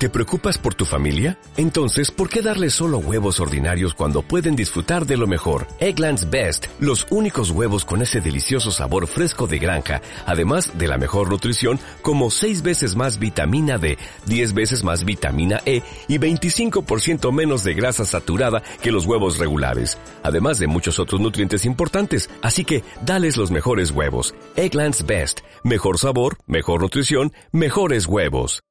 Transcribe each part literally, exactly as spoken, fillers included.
¿Te preocupas por tu familia? Entonces, ¿por qué darles solo huevos ordinarios cuando pueden disfrutar de lo mejor? Eggland's Best, los únicos huevos con ese delicioso sabor fresco de granja, además de la mejor nutrición, como seis veces más vitamina D, diez veces más vitamina E y veinticinco por ciento menos de grasa saturada que los huevos regulares, además de muchos otros nutrientes importantes. Así que, dales los mejores huevos. Eggland's Best, mejor sabor, mejor nutrición, mejores huevos.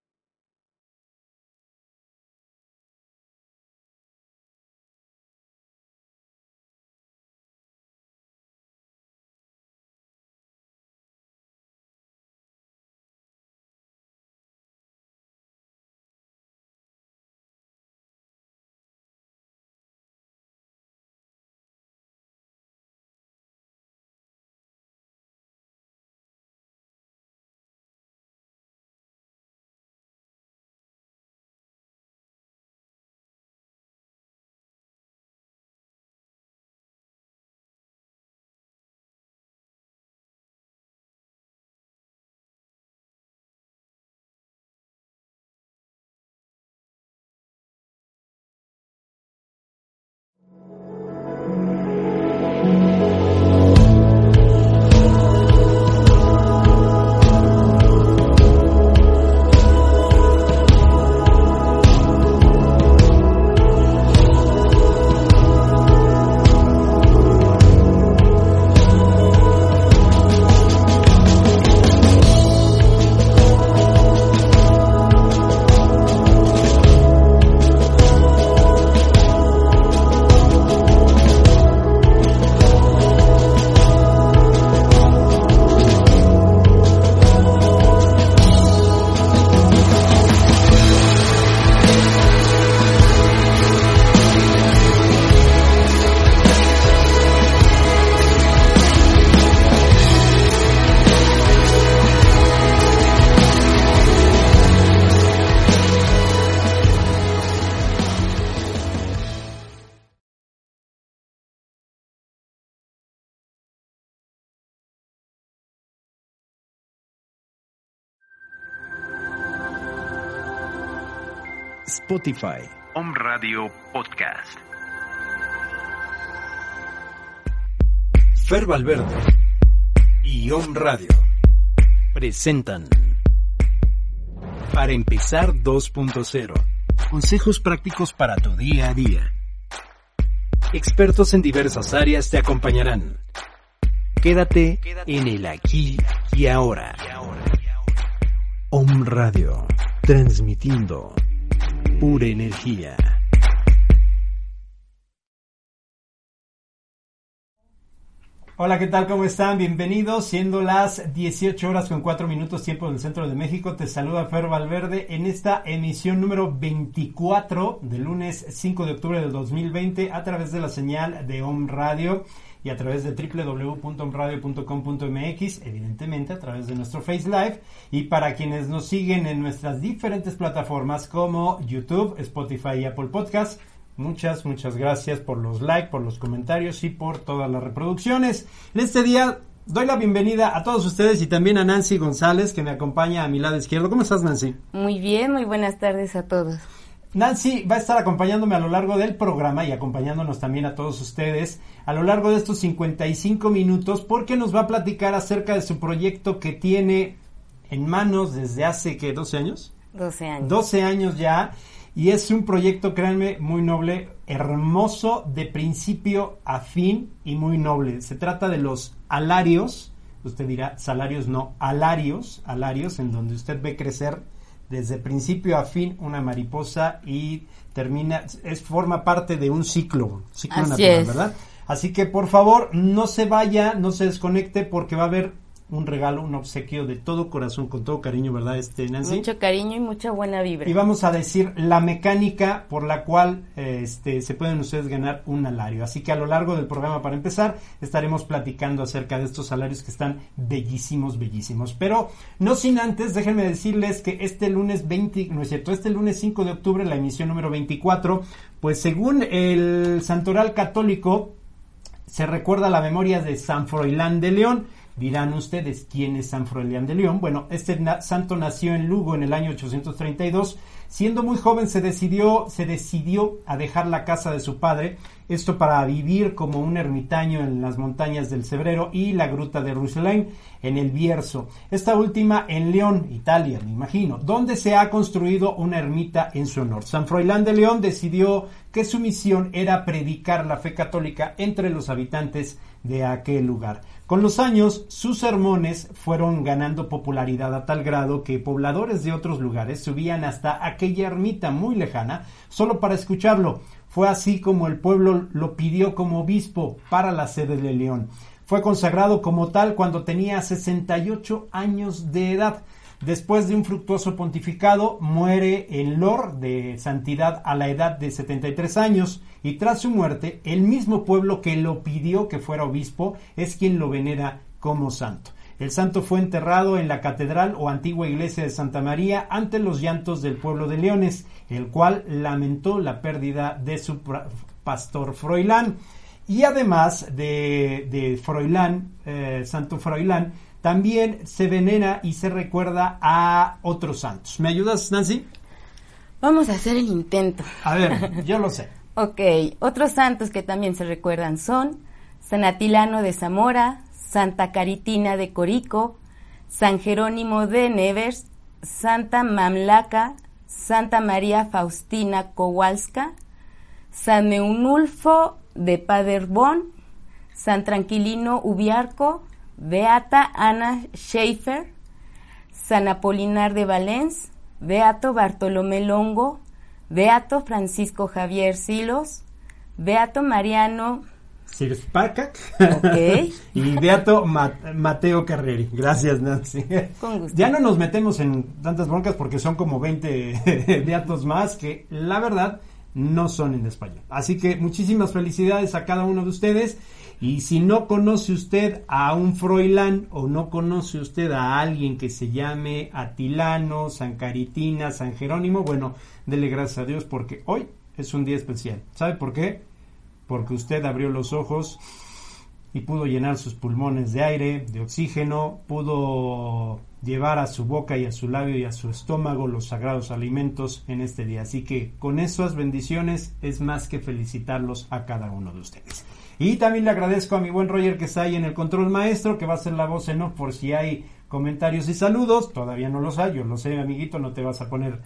Spotify. Om Radio Podcast. Fer Valverde y Om Radio presentan Para Empezar dos punto cero. Consejos prácticos para tu día a día. Expertos en diversas áreas te acompañarán. Quédate en el aquí y ahora. Om Radio, transmitiendo pura energía. Hola, ¿qué tal? ¿Cómo están? Bienvenidos, siendo las dieciocho horas con cuatro minutos tiempo del centro de México, te saluda Fer Valverde en esta emisión número veinticuatro del lunes cinco de octubre del dos mil veinte a través de la señal de Om Radio y a través de doble u doble u doble u punto om radio punto com punto m x, evidentemente a través de nuestro Face Live, y para quienes nos siguen en nuestras diferentes plataformas como YouTube, Spotify y Apple Podcast, muchas, muchas gracias por los likes, por los comentarios y por todas las reproducciones. En este día doy la bienvenida a todos ustedes y también a Nancy González, que me acompaña a mi lado izquierdo. ¿Cómo estás, Nancy? Muy bien, muy buenas tardes a todos. Nancy va a estar acompañándome a lo largo del programa y acompañándonos también a todos ustedes a lo largo de estos cincuenta y cinco minutos, porque nos va a platicar acerca de su proyecto que tiene en manos desde hace, ¿qué? ¿doce años? doce años. doce años ya, y es un proyecto, créanme, muy noble, hermoso, de principio a fin y muy noble. Se trata de los alarios, usted dirá salarios, no, alarios, alarios, en donde usted ve crecer desde principio a fin una mariposa y termina, es forma parte de un ciclo, ciclo Así natural, es. ¿verdad? Así que por favor no se vaya, no se desconecte, porque va a haber un regalo, un obsequio de todo corazón, con todo cariño, ¿verdad, este Nancy? Mucho cariño y mucha buena vibra. Y vamos a decir la mecánica por la cual eh, este, se pueden ustedes ganar un alario. Así que a lo largo del programa, para empezar, estaremos platicando acerca de estos alarios que están bellísimos, bellísimos. Pero no sin antes, déjenme decirles que este lunes veinte, no es cierto, este lunes cinco de octubre, la emisión número veinticuatro, pues según el Santoral Católico, se recuerda la memoria de San Froilán de León. Dirán ustedes, ¿quién es San Froilán de León? Bueno, este na- santo nació en Lugo en el año ochocientos treinta y dos. Siendo muy joven se decidió, se decidió a dejar la casa de su padre, esto para vivir como un ermitaño en las montañas del Cebrero y la gruta de Ruselain en el Bierzo. Esta última en León, Italia, me imagino, donde se ha construido una ermita en su honor. San Froilán de León decidió que su misión era predicar la fe católica entre los habitantes de aquel lugar. Con los años, sus sermones fueron ganando popularidad a tal grado que pobladores de otros lugares subían hasta aquella ermita muy lejana solo para escucharlo. Fue así como el pueblo lo pidió como obispo para la sede de León. Fue consagrado como tal cuando tenía sesenta y ocho años de edad. Después de un fructuoso pontificado, muere en Lor de santidad a la edad de setenta y tres años, y tras su muerte, el mismo pueblo que lo pidió que fuera obispo es quien lo venera como santo. El santo fue enterrado en la catedral o antigua iglesia de Santa María ante los llantos del pueblo de Leones, el cual lamentó la pérdida de su pastor Froilán. Y además de, de Froilán, eh, Santo Froilán, también se venera y se recuerda a otros santos. ¿Me ayudas, Nancy? Vamos a hacer el intento. A ver, yo lo sé. Ok, otros santos que también se recuerdan son San Atilano de Zamora, Santa Caritina de Corico, San Jerónimo de Nevers, Santa Mamlaca, Santa María Faustina Kowalska, San Eunulfo de Paderborn, San Tranquilino Ubiarco, Beata Ana Schaeffer, San Apolinar de Valens, Beato Bartolomé Longo, Beato Francisco Javier Silos, Beato Mariano Sirspakak, okay. y Beato Ma- Mateo Carreri. Gracias, Nancy. Con gusto. Ya no nos metemos en tantas broncas porque son como veinte beatos más que la verdad no son en español. Así que muchísimas felicidades a cada uno de ustedes. Y si no conoce usted a un Froilán o no conoce usted a alguien que se llame Atilano, San Caritina, San Jerónimo, bueno, dele gracias a Dios porque hoy es un día especial. ¿Sabe por qué? Porque usted abrió los ojos y pudo llenar sus pulmones de aire, de oxígeno, pudo llevar a su boca y a su labio y a su estómago los sagrados alimentos en este día. Así que con esas bendiciones es más que felicitarlos a cada uno de ustedes. Y también le agradezco a mi buen Roger que está ahí en el control maestro, que va a ser la voz en off por si hay comentarios y saludos. Todavía no los hay, yo lo sé, amiguito, no te vas a poner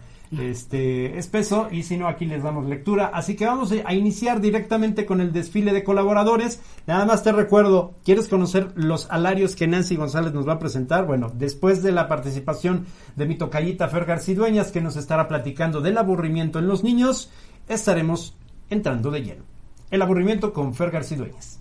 este espeso, y si no, aquí les damos lectura. Así que vamos a iniciar directamente con el desfile de colaboradores. Nada más te recuerdo, ¿quieres conocer los alarios que Nancy González nos va a presentar? Bueno, después de la participación de mi tocallita Fer Garcidueñas, que nos estará platicando del aburrimiento en los niños, estaremos entrando de lleno. El aburrimiento con Fer Garcidueñas.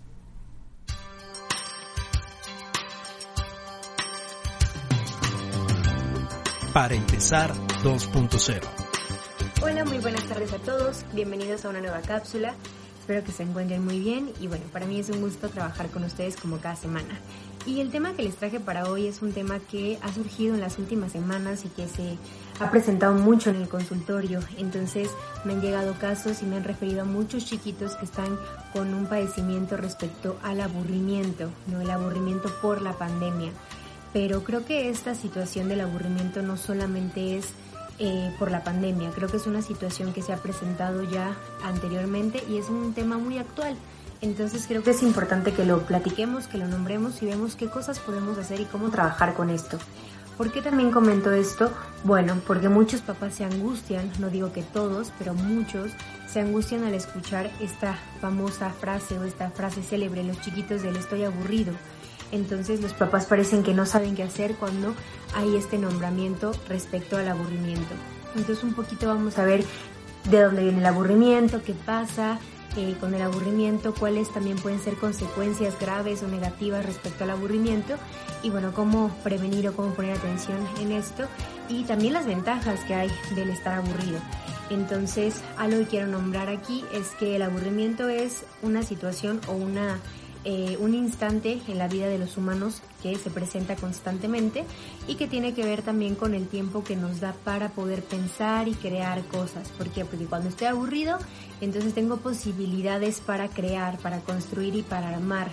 Para empezar dos punto cero. Hola, muy buenas tardes a todos. Bienvenidos a una nueva cápsula. Espero que se encuentren muy bien y bueno, para mí es un gusto trabajar con ustedes como cada semana. Y el tema que les traje para hoy es un tema que ha surgido en las últimas semanas y que se ha presentado mucho en el consultorio. Entonces me han llegado casos y me han referido a muchos chiquitos que están con un padecimiento respecto al aburrimiento, no el aburrimiento por la pandemia. Pero creo que esta situación del aburrimiento no solamente es eh, por la pandemia, creo que es una situación que se ha presentado ya anteriormente y es un tema muy actual. Entonces creo que es importante que lo platiquemos, que lo nombremos y vemos qué cosas podemos hacer y cómo trabajar con esto. ¿Por qué también comento esto? Bueno, porque muchos papás se angustian, no digo que todos, pero muchos se angustian al escuchar esta famosa frase o esta frase célebre, los chiquitos del estoy aburrido. Entonces los papás parecen que no saben qué hacer cuando hay este nombramiento respecto al aburrimiento. Entonces un poquito vamos a ver de dónde viene el aburrimiento, qué pasa eh, con el aburrimiento, cuáles también pueden ser consecuencias graves o negativas respecto al aburrimiento y bueno, cómo prevenir o cómo poner atención en esto y también las ventajas que hay del estar aburrido. Entonces, algo que quiero nombrar aquí es que el aburrimiento es una situación o una Eh, un instante en la vida de los humanos que se presenta constantemente y que tiene que ver también con el tiempo que nos da para poder pensar y crear cosas. ¿Por qué? Porque cuando estoy aburrido, entonces tengo posibilidades para crear, para construir y para armar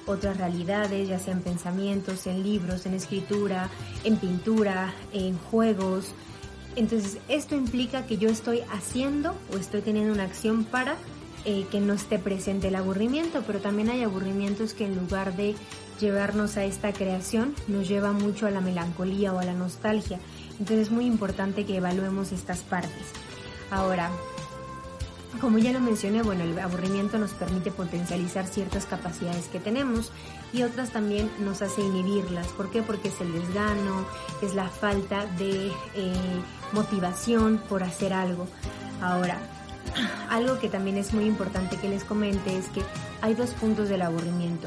otras realidades, ya sea en pensamientos, en libros, en escritura, en pintura, en juegos. Entonces, esto implica que yo estoy haciendo o estoy teniendo una acción para eh, que no esté presente el aburrimiento, pero también hay aburrimientos que en lugar de llevarnos a esta creación, nos lleva mucho a la melancolía o a la nostalgia. Entonces, es muy importante que evaluemos estas partes. Ahora, como ya lo mencioné, bueno, el aburrimiento nos permite potencializar ciertas capacidades que tenemos y otras también nos hace inhibirlas. ¿Por qué? Porque es el desgano, es la falta de eh, motivación por hacer algo. Ahora, algo que también es muy importante que les comente es que hay dos puntos del aburrimiento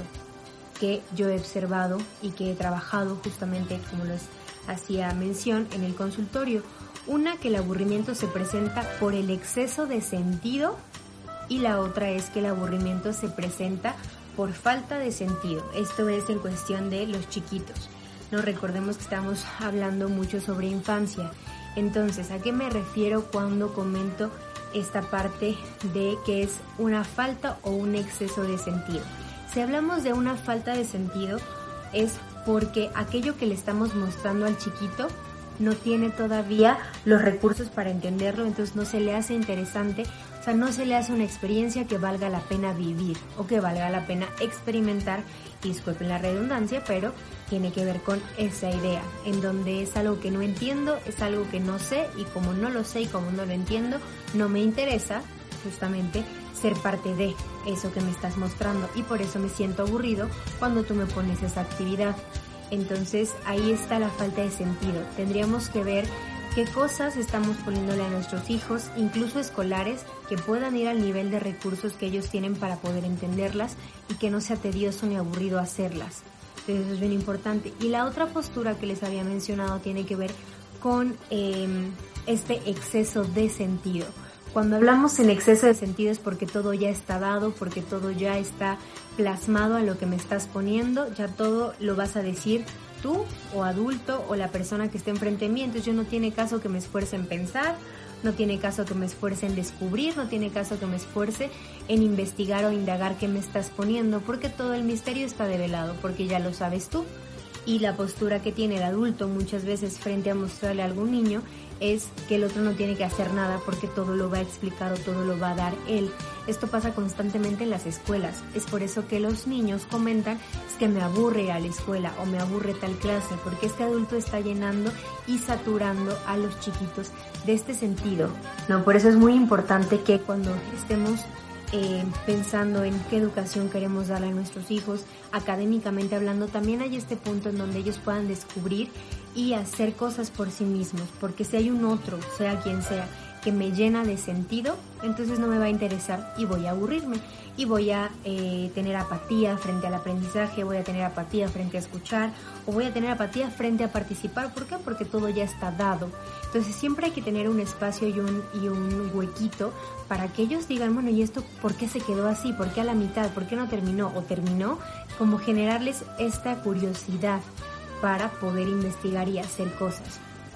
que yo he observado y que he trabajado justamente, como les hacía mención, en el consultorio. Una, que el aburrimiento se presenta por el exceso de sentido, y la otra es que el aburrimiento se presenta por falta de sentido. Esto es en cuestión de los chiquitos. No, recordemos que estamos hablando mucho sobre infancia. Entonces, ¿a qué me refiero cuando comento esta parte de que es una falta o un exceso de sentido? Si hablamos de una falta de sentido, es porque aquello que le estamos mostrando al chiquito no tiene todavía los recursos para entenderlo, entonces no se le hace interesante, o sea, no se le hace una experiencia que valga la pena vivir o que valga la pena experimentar, disculpen la redundancia, pero tiene que ver con esa idea, en donde es algo que no entiendo, es algo que no sé, y como no lo sé y como no lo entiendo, no me interesa justamente ser parte de eso que me estás mostrando, y por eso me siento aburrido cuando tú me pones esa actividad. Entonces ahí está la falta de sentido. Tendríamos que ver qué cosas estamos poniéndole a nuestros hijos, incluso escolares, que puedan ir al nivel de recursos que ellos tienen para poder entenderlas y que no sea tedioso ni aburrido hacerlas. Entonces eso es bien importante. Y la otra postura que les había mencionado tiene que ver con eh, este exceso de sentido. Cuando hablamos en exceso de sentido es porque todo ya está dado, porque todo ya está plasmado a lo que me estás poniendo, ya todo lo vas a decir tú o adulto o la persona que esté enfrente de mí, entonces yo no tiene caso que me esfuerce en pensar, no tiene caso que me esfuerce en descubrir, no tiene caso que me esfuerce en investigar o indagar qué me estás poniendo, porque todo el misterio está develado, porque ya lo sabes tú. Y la postura que tiene el adulto muchas veces frente a mostrarle a algún niño es que el otro no tiene que hacer nada porque todo lo va a explicar o todo lo va a dar él. Esto pasa constantemente en las escuelas. Es por eso que los niños comentan, es que me aburre ir a la escuela o me aburre tal clase, porque este adulto está llenando y saturando a los chiquitos de este sentido. No, por eso es muy importante que cuando estemos Eh, pensando en qué educación queremos darle a nuestros hijos, académicamente hablando, también hay este punto en donde ellos puedan descubrir y hacer cosas por sí mismos, porque si hay un otro, sea quien sea, que me llena de sentido, entonces no me va a interesar y voy a aburrirme y voy a eh, tener apatía frente al aprendizaje, voy a tener apatía frente a escuchar o voy a tener apatía frente a participar. ¿Por qué? Porque todo ya está dado. Entonces siempre hay que tener un espacio y un, y un huequito para que ellos digan, bueno, ¿y esto por qué se quedó así? ¿Por qué a la mitad? ¿Por qué no terminó? ¿O terminó? Como generarles esta curiosidad para poder investigar y hacer cosas.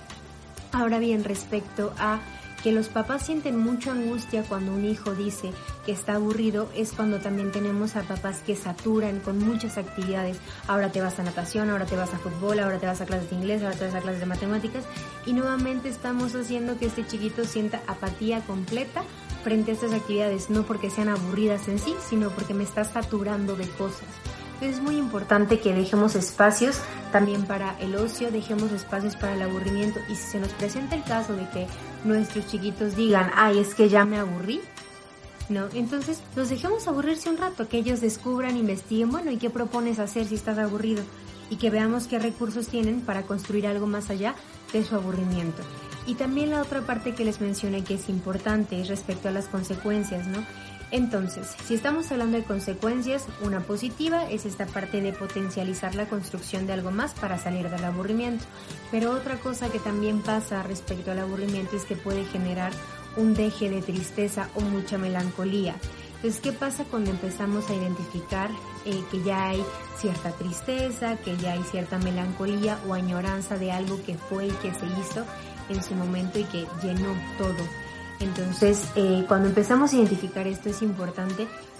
Ahora bien, respecto a que los papás sienten mucha angustia cuando un hijo dice que está aburrido, es cuando también tenemos a papás que saturan con muchas actividades. Ahora te vas a natación, ahora te vas a fútbol, ahora te vas a clases de inglés, ahora te vas a clases de matemáticas, y nuevamente estamos haciendo que este chiquito sienta apatía completa frente a estas actividades, no porque sean aburridas en sí, sino porque me está saturando de cosas. Entonces es muy importante que dejemos espacios también para el ocio, dejemos espacios para el aburrimiento, y si se nos presenta el caso de que nuestros chiquitos digan, ay, es que ya me aburrí, ¿no? Entonces los dejemos aburrirse un rato, que ellos descubran, investiguen, bueno, ¿y qué propones hacer si estás aburrido? Y que veamos qué recursos tienen para construir algo más allá de su aburrimiento. Y también la otra parte que les mencioné que es importante es respecto a las consecuencias, ¿no? Entonces, si estamos hablando de consecuencias, una positiva es esta parte de potencializar la construcción de algo más para salir del aburrimiento. Pero otra cosa que también pasa respecto al aburrimiento es que puede generar un deje de tristeza o mucha melancolía. Entonces, ¿qué pasa cuando empezamos a identificar eh, que ya hay cierta tristeza, que ya hay cierta melancolía o añoranza de algo que fue y que se hizo en su momento y que llenó todo? Entonces, eh, cuando empezamos a identificar esto, es importante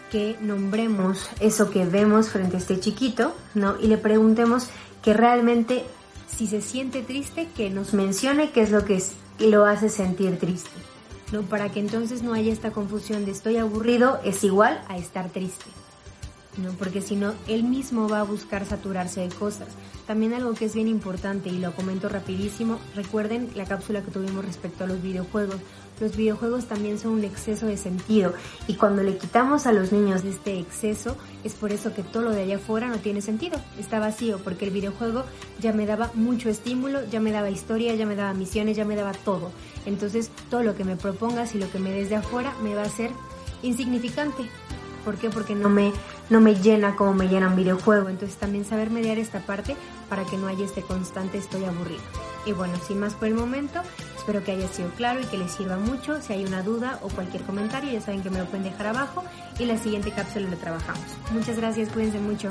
que nombremos eso que vemos frente a este chiquito, ¿no? Y le preguntemos que realmente, si se siente triste, que nos mencione qué es lo que es, lo hace sentir triste, ¿no? Para que entonces no haya esta confusión de estoy aburrido es igual a estar triste, ¿no? Porque si no, él mismo va a buscar saturarse de cosas. También algo que es bien importante, y lo comento rapidísimo, recuerden la cápsula que tuvimos respecto a los videojuegos. Los videojuegos también son un exceso de sentido, y cuando le quitamos a los niños de este exceso, es por eso que todo lo de allá afuera no tiene sentido, está vacío, porque el videojuego ya me daba mucho estímulo, ya me daba historia, ya me daba misiones, ya me daba todo. Entonces todo lo que me propongas y lo que me des de afuera me va a ser insignificante. ¿Por qué? Porque no me, no me llena como me llena un videojuego. Entonces también saber mediar esta parte para que no haya este constante estoy aburrido. Y bueno, sin más por el momento, espero que haya sido claro y que les sirva mucho. Si hay una duda o cualquier comentario, ya saben que me lo pueden dejar abajo y la siguiente cápsula lo trabajamos. Muchas gracias, cuídense mucho.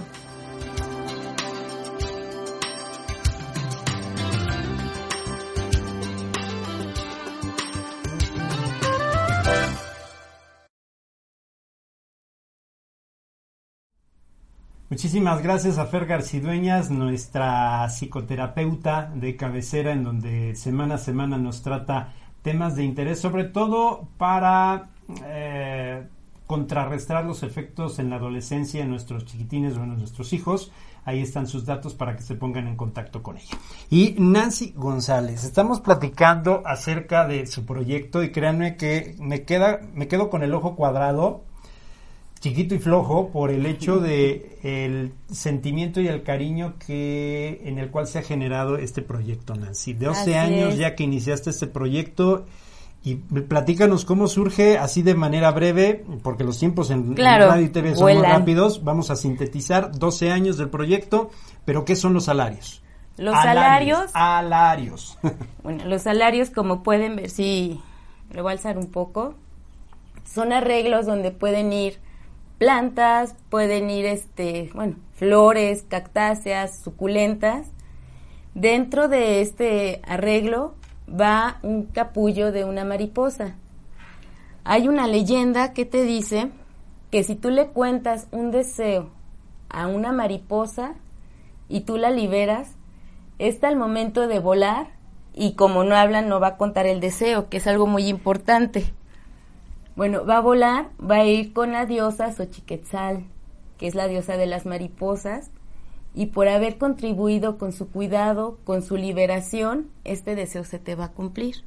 Muchísimas gracias a Fer Garcidueñas, nuestra psicoterapeuta de cabecera, en donde semana a semana nos trata temas de interés, sobre todo para eh, contrarrestar los efectos en la adolescencia en nuestros chiquitines o en nuestros hijos. Ahí están sus datos para que se pongan en contacto con ella. Y Nancy González, estamos platicando acerca de su proyecto y créanme que me queda, me quedo con el ojo cuadrado, chiquito y flojo, por el hecho de el sentimiento y el cariño que en el cual se ha generado este proyecto, Nancy. De doce años es. Ya que iniciaste este proyecto, y platícanos cómo surge así de manera breve, porque los tiempos en, claro, en Radio y T V son vuelan. muy rápidos. Vamos a sintetizar doce años del proyecto, pero ¿qué son los salarios? Los salarios. Alarios. Bueno, los salarios, como pueden ver, sí, lo voy a alzar un poco, son arreglos donde pueden ir plantas, pueden ir este, bueno, flores, cactáceas, suculentas. Dentro de este arreglo va un capullo de una mariposa. Hay una leyenda que te dice que si tú le cuentas un deseo a una mariposa y tú la liberas, está el momento de volar, y como no hablan no va a contar el deseo, que es algo muy importante. Bueno, va a volar, va a ir con la diosa Xochiquetzal, que es la diosa de las mariposas, y por haber contribuido con su cuidado, con su liberación, este deseo se te va a cumplir.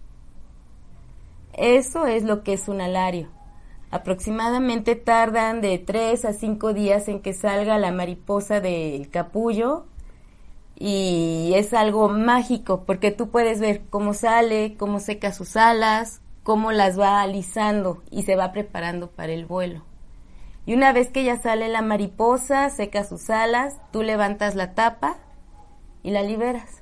Eso es lo que es un alario. Aproximadamente tardan de tres a cinco días en que salga la mariposa del capullo, y es algo mágico, porque tú puedes ver cómo sale, cómo seca sus alas, cómo las va alisando y se va preparando para el vuelo. Y una vez que ya sale la mariposa, seca sus alas, tú levantas la tapa y la liberas.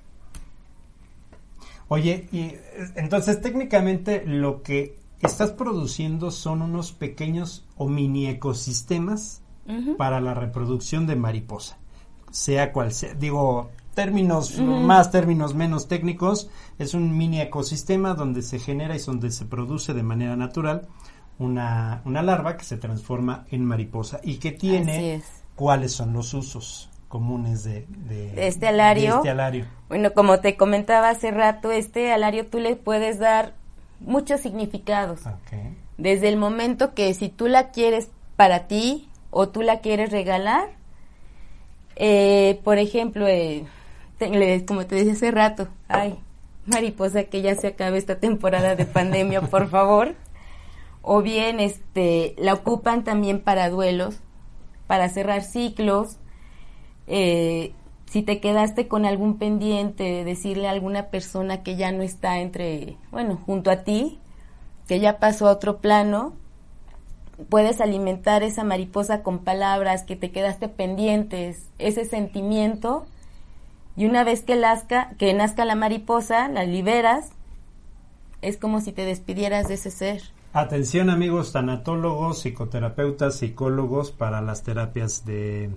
Oye, y entonces técnicamente lo que estás produciendo son unos pequeños o mini ecosistemas uh-huh. para la reproducción de mariposa, sea cual sea, digo, términos uh-huh. más, términos menos técnicos, es un mini ecosistema donde se genera y donde se produce de manera natural una, una larva que se transforma en mariposa y que tiene cuáles son los usos comunes de, de, de, este alario. de este alario. Bueno, como te comentaba hace rato, este alario tú le puedes dar muchos significados. Okay. Desde el momento que si tú la quieres para ti o tú la quieres regalar, eh, por ejemplo, eh, te, como te decía hace rato, ay, mariposa, que ya se acabe esta temporada de pandemia, por favor. O bien, este, la ocupan también para duelos, para cerrar ciclos. Eh, si te quedaste con algún pendiente, decirle a alguna persona que ya no está entre, bueno, junto a ti, que ya pasó a otro plano, puedes alimentar esa mariposa con palabras que te quedaste pendientes, ese sentimiento, y una vez que nazca, que nazca la mariposa, la liberas, es como si te despidieras de ese ser. Atención, amigos tanatólogos, psicoterapeutas, psicólogos, para las terapias de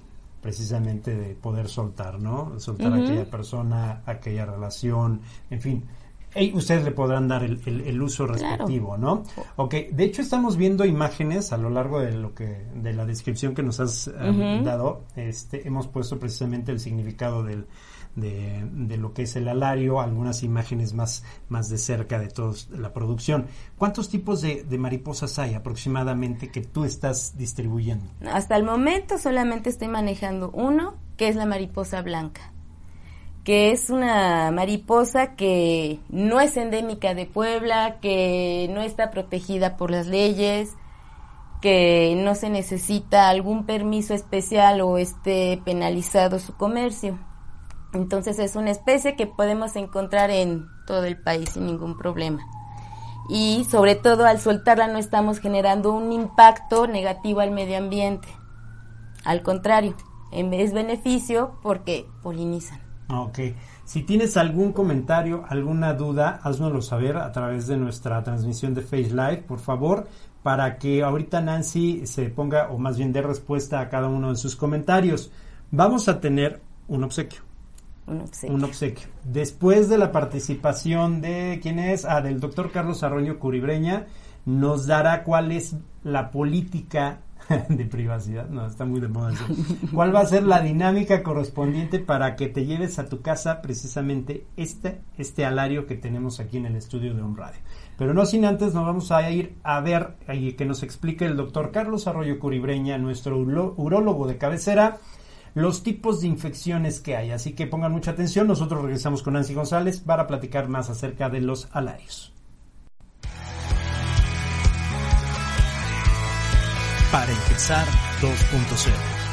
precisamente de poder soltar, ¿no? Soltar uh-huh. a aquella persona, aquella relación, en fin. Hey, ustedes le podrán dar el, el, el uso respectivo, claro. ¿no? Ok, de hecho estamos viendo imágenes a lo largo de lo que de la descripción que nos has um, uh-huh. dado. Este, hemos puesto precisamente el significado del de, de lo que es el alario, algunas imágenes más, más de cerca de toda la producción. ¿Cuántos tipos de, de mariposas hay aproximadamente que tú estás distribuyendo? Hasta el momento solamente estoy manejando uno, que es la mariposa blanca, que es una mariposa que no es endémica de Puebla, que no está protegida por las leyes, que no se necesita algún permiso especial o esté penalizado su comercio. Entonces es una especie que podemos encontrar en todo el país sin ningún problema. Y sobre todo al soltarla no estamos generando un impacto negativo al medio ambiente. Al contrario, es beneficio porque polinizan. Ok. Si tienes algún comentario, alguna duda, háznoslo saber a través de nuestra transmisión de Face Live, por favor, para que ahorita Nancy se ponga, o más bien dé respuesta a cada uno de sus comentarios. Vamos a tener un obsequio. Un obsequio. Un obsequio. Después de la participación de, ¿quién es? Ah, del doctor Carlos Arroyo Curibreña, nos dará cuál es la política de privacidad, no, está muy de moda eso. ¿Cuál va a ser la dinámica correspondiente para que te lleves a tu casa precisamente este, este alario que tenemos aquí en el estudio de Home Radio? Pero no sin antes nos vamos a ir a ver y que nos explique el doctor Carlos Arroyo Curibreña, nuestro uro, urólogo de cabecera, los tipos de infecciones que hay. Así que pongan mucha atención, nosotros regresamos con Nancy González para platicar más acerca de los alarios. Para empezar dos punto cero.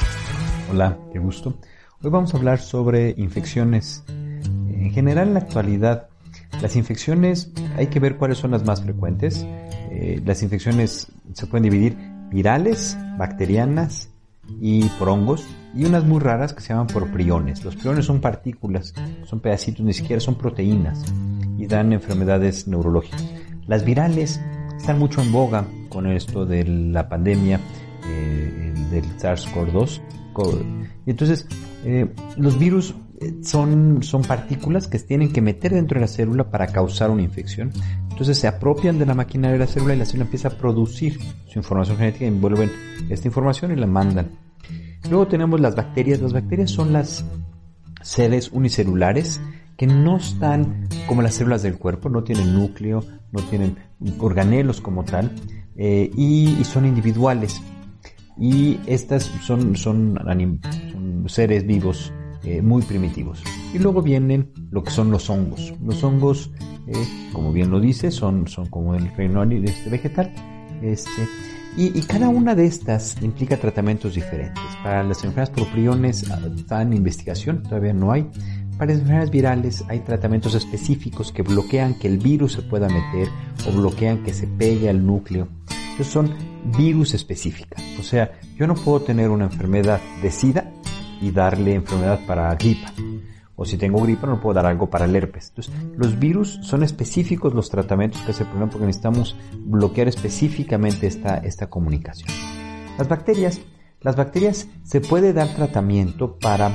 Hola, qué gusto. Hoy vamos a hablar sobre infecciones. En general, en la actualidad, las infecciones, hay que ver cuáles son las más frecuentes. Eh, las infecciones se pueden dividir virales, bacterianas y por hongos, y unas muy raras que se llaman por priones. Los priones son partículas, son pedacitos, ni siquiera son proteínas, y dan enfermedades neurológicas. Las virales están mucho en boga con esto de la pandemia eh, del SARS-CoV dos. Y entonces, eh, los virus son, son partículas que se tienen que meter dentro de la célula para causar una infección. Entonces se apropian de la maquinaria de la célula y la célula empieza a producir su información genética, envuelven esta información y la mandan. Luego tenemos las bacterias. Las bacterias son las seres unicelulares que no están como las células del cuerpo, no tienen núcleo, no tienen organelos como tal, eh, y, y son individuales. Y estas son, son, anim, son seres vivos eh, muy primitivos. Y luego vienen lo que son los hongos. Los hongos, eh, como bien lo dice, son, son como el reino este, vegetal. Este, y, y cada una de estas implica tratamientos diferentes. Para las enfermedades por priones está en investigación, todavía no hay. Para las enfermedades virales hay tratamientos específicos que bloquean que el virus se pueda meter o bloquean que se pegue al núcleo. Entonces son virus específicas. O sea, yo no puedo tener una enfermedad de SIDA y darle enfermedad para gripa. O si tengo gripa no puedo dar algo para el herpes. Entonces, los virus son específicos los tratamientos que se ponen porque necesitamos bloquear específicamente esta, esta comunicación. Las bacterias, las bacterias se puede dar tratamiento para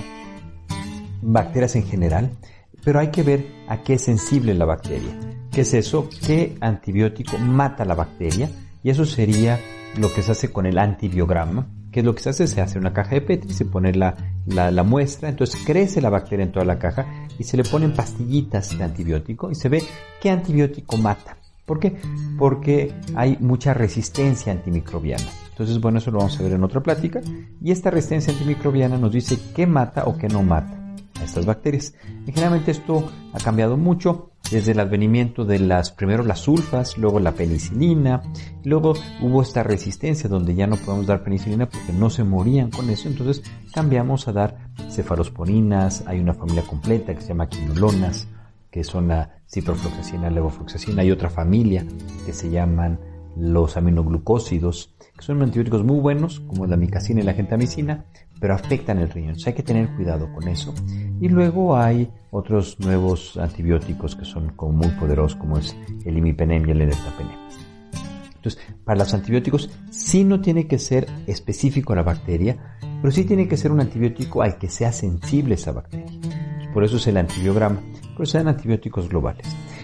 bacterias en general, pero hay que ver a qué es sensible la bacteria. ¿Qué es eso? ¿Qué antibiótico mata la bacteria? Y eso sería lo que se hace con el antibiograma. ¿Qué es lo que se hace? Se hace una caja de Petri, se pone la, la, la muestra, entonces crece la bacteria en toda la caja y se le ponen pastillitas de antibiótico y se ve qué antibiótico mata. ¿Por qué? Porque hay mucha resistencia antimicrobiana. Entonces, bueno, eso lo vamos a ver en otra plática. Y esta resistencia antimicrobiana nos dice qué mata o qué no mata a estas bacterias. Y generalmente esto ha cambiado mucho desde el advenimiento de las, primero las sulfas, luego la penicilina, luego hubo esta resistencia donde ya no podemos dar penicilina porque no se morían con eso, entonces cambiamos a dar cefalosporinas, hay una familia completa que se llama quinolonas, que son la ciprofloxacina, levofloxacina, hay otra familia que se llaman los aminoglucósidos, que son antibióticos muy buenos, como la micacina y la gentamicina, pero afectan el riñón, entonces hay que tener cuidado con eso. Y luego hay otros nuevos antibióticos que son como muy poderosos, como es el imipenem y el ertapenem. Entonces, para los antibióticos sí no tiene que ser específico a la bacteria, pero sí tiene que ser un antibiótico al que sea sensible esa bacteria. Por eso es el antibiograma, pero se dan antibióticos globales.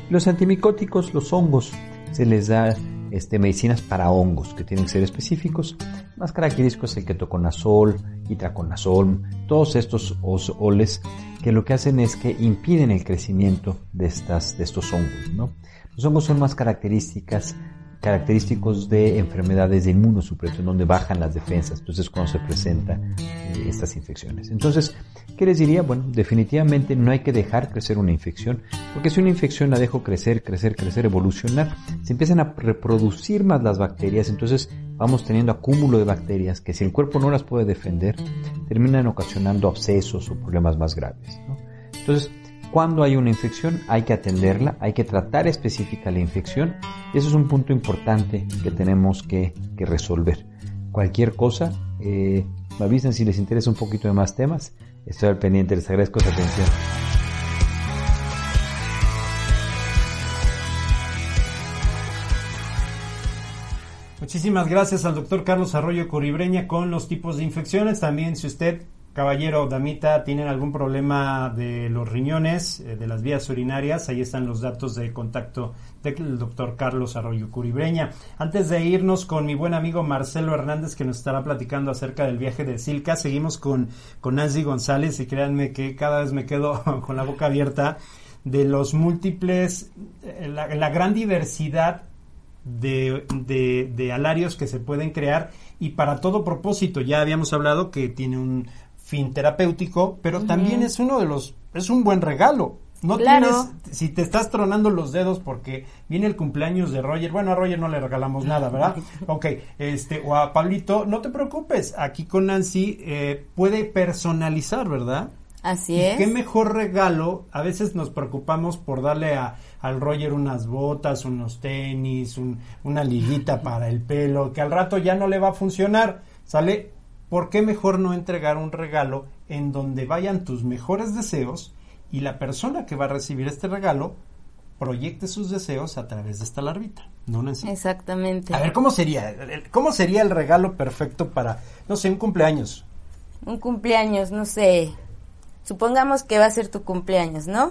Los antimicóticos, los hongos, se les da este, medicinas para hongos que tienen que ser específicos. Más característico es el ketoconazol, itraconazol, todos estos oles que lo que hacen es que impiden el crecimiento de, estas, de estos hongos, ¿no? Los hongos son más características característicos de enfermedades de inmunosupresión donde bajan las defensas, entonces cuando se presentan eh, estas infecciones. Entonces, ¿qué les diría? Bueno, definitivamente no hay que dejar crecer una infección, porque si una infección la dejo crecer, crecer, crecer, evolucionar, se empiezan a reproducir más las bacterias, entonces vamos teniendo acúmulo de bacterias que si el cuerpo no las puede defender, terminan ocasionando abscesos o problemas más graves, ¿no? Entonces, cuando hay una infección hay que atenderla, hay que tratar específica la infección y eso es un punto importante que tenemos que, que resolver. Cualquier cosa, eh, me avisan si les interesa un poquito de más temas, estoy al pendiente, les agradezco su atención. Muchísimas gracias al doctor Carlos Arroyo Coribreña con los tipos de infecciones. También si usted, caballero o damita, tienen algún problema de los riñones, eh, de las vías urinarias, ahí están los datos de contacto del doctor Carlos Arroyo Coribreña. Antes de irnos con mi buen amigo Marcelo Hernández, que nos estará platicando acerca del viaje de Silca, seguimos con, con Nancy González y créanme que cada vez me quedo con la boca abierta de los múltiples, eh, la, la gran diversidad de, de, de alarios que se pueden crear y para todo propósito. Ya habíamos hablado que tiene un fin terapéutico, pero uh-huh. también es uno de los, es un buen regalo. No claro. tienes, si te estás tronando los dedos porque viene el cumpleaños de Roger, bueno, a Roger no le regalamos nada, ¿verdad? Ok, este, o a Pablito, no te preocupes, aquí con Nancy eh, puede personalizar, ¿verdad? Así y es. Qué mejor regalo, a veces nos preocupamos por darle a, al Roger unas botas, unos tenis, un, una liguita para el pelo, que al rato ya no le va a funcionar, ¿sale? ¿Por qué mejor no entregar un regalo en donde vayan tus mejores deseos y la persona que va a recibir este regalo proyecte sus deseos a través de esta larvita? ¿No, Nancy? Exactamente. A ver, ¿cómo sería? ¿Cómo sería el regalo perfecto para, no sé, un cumpleaños? Un cumpleaños, no sé, supongamos que va a ser tu cumpleaños, ¿no?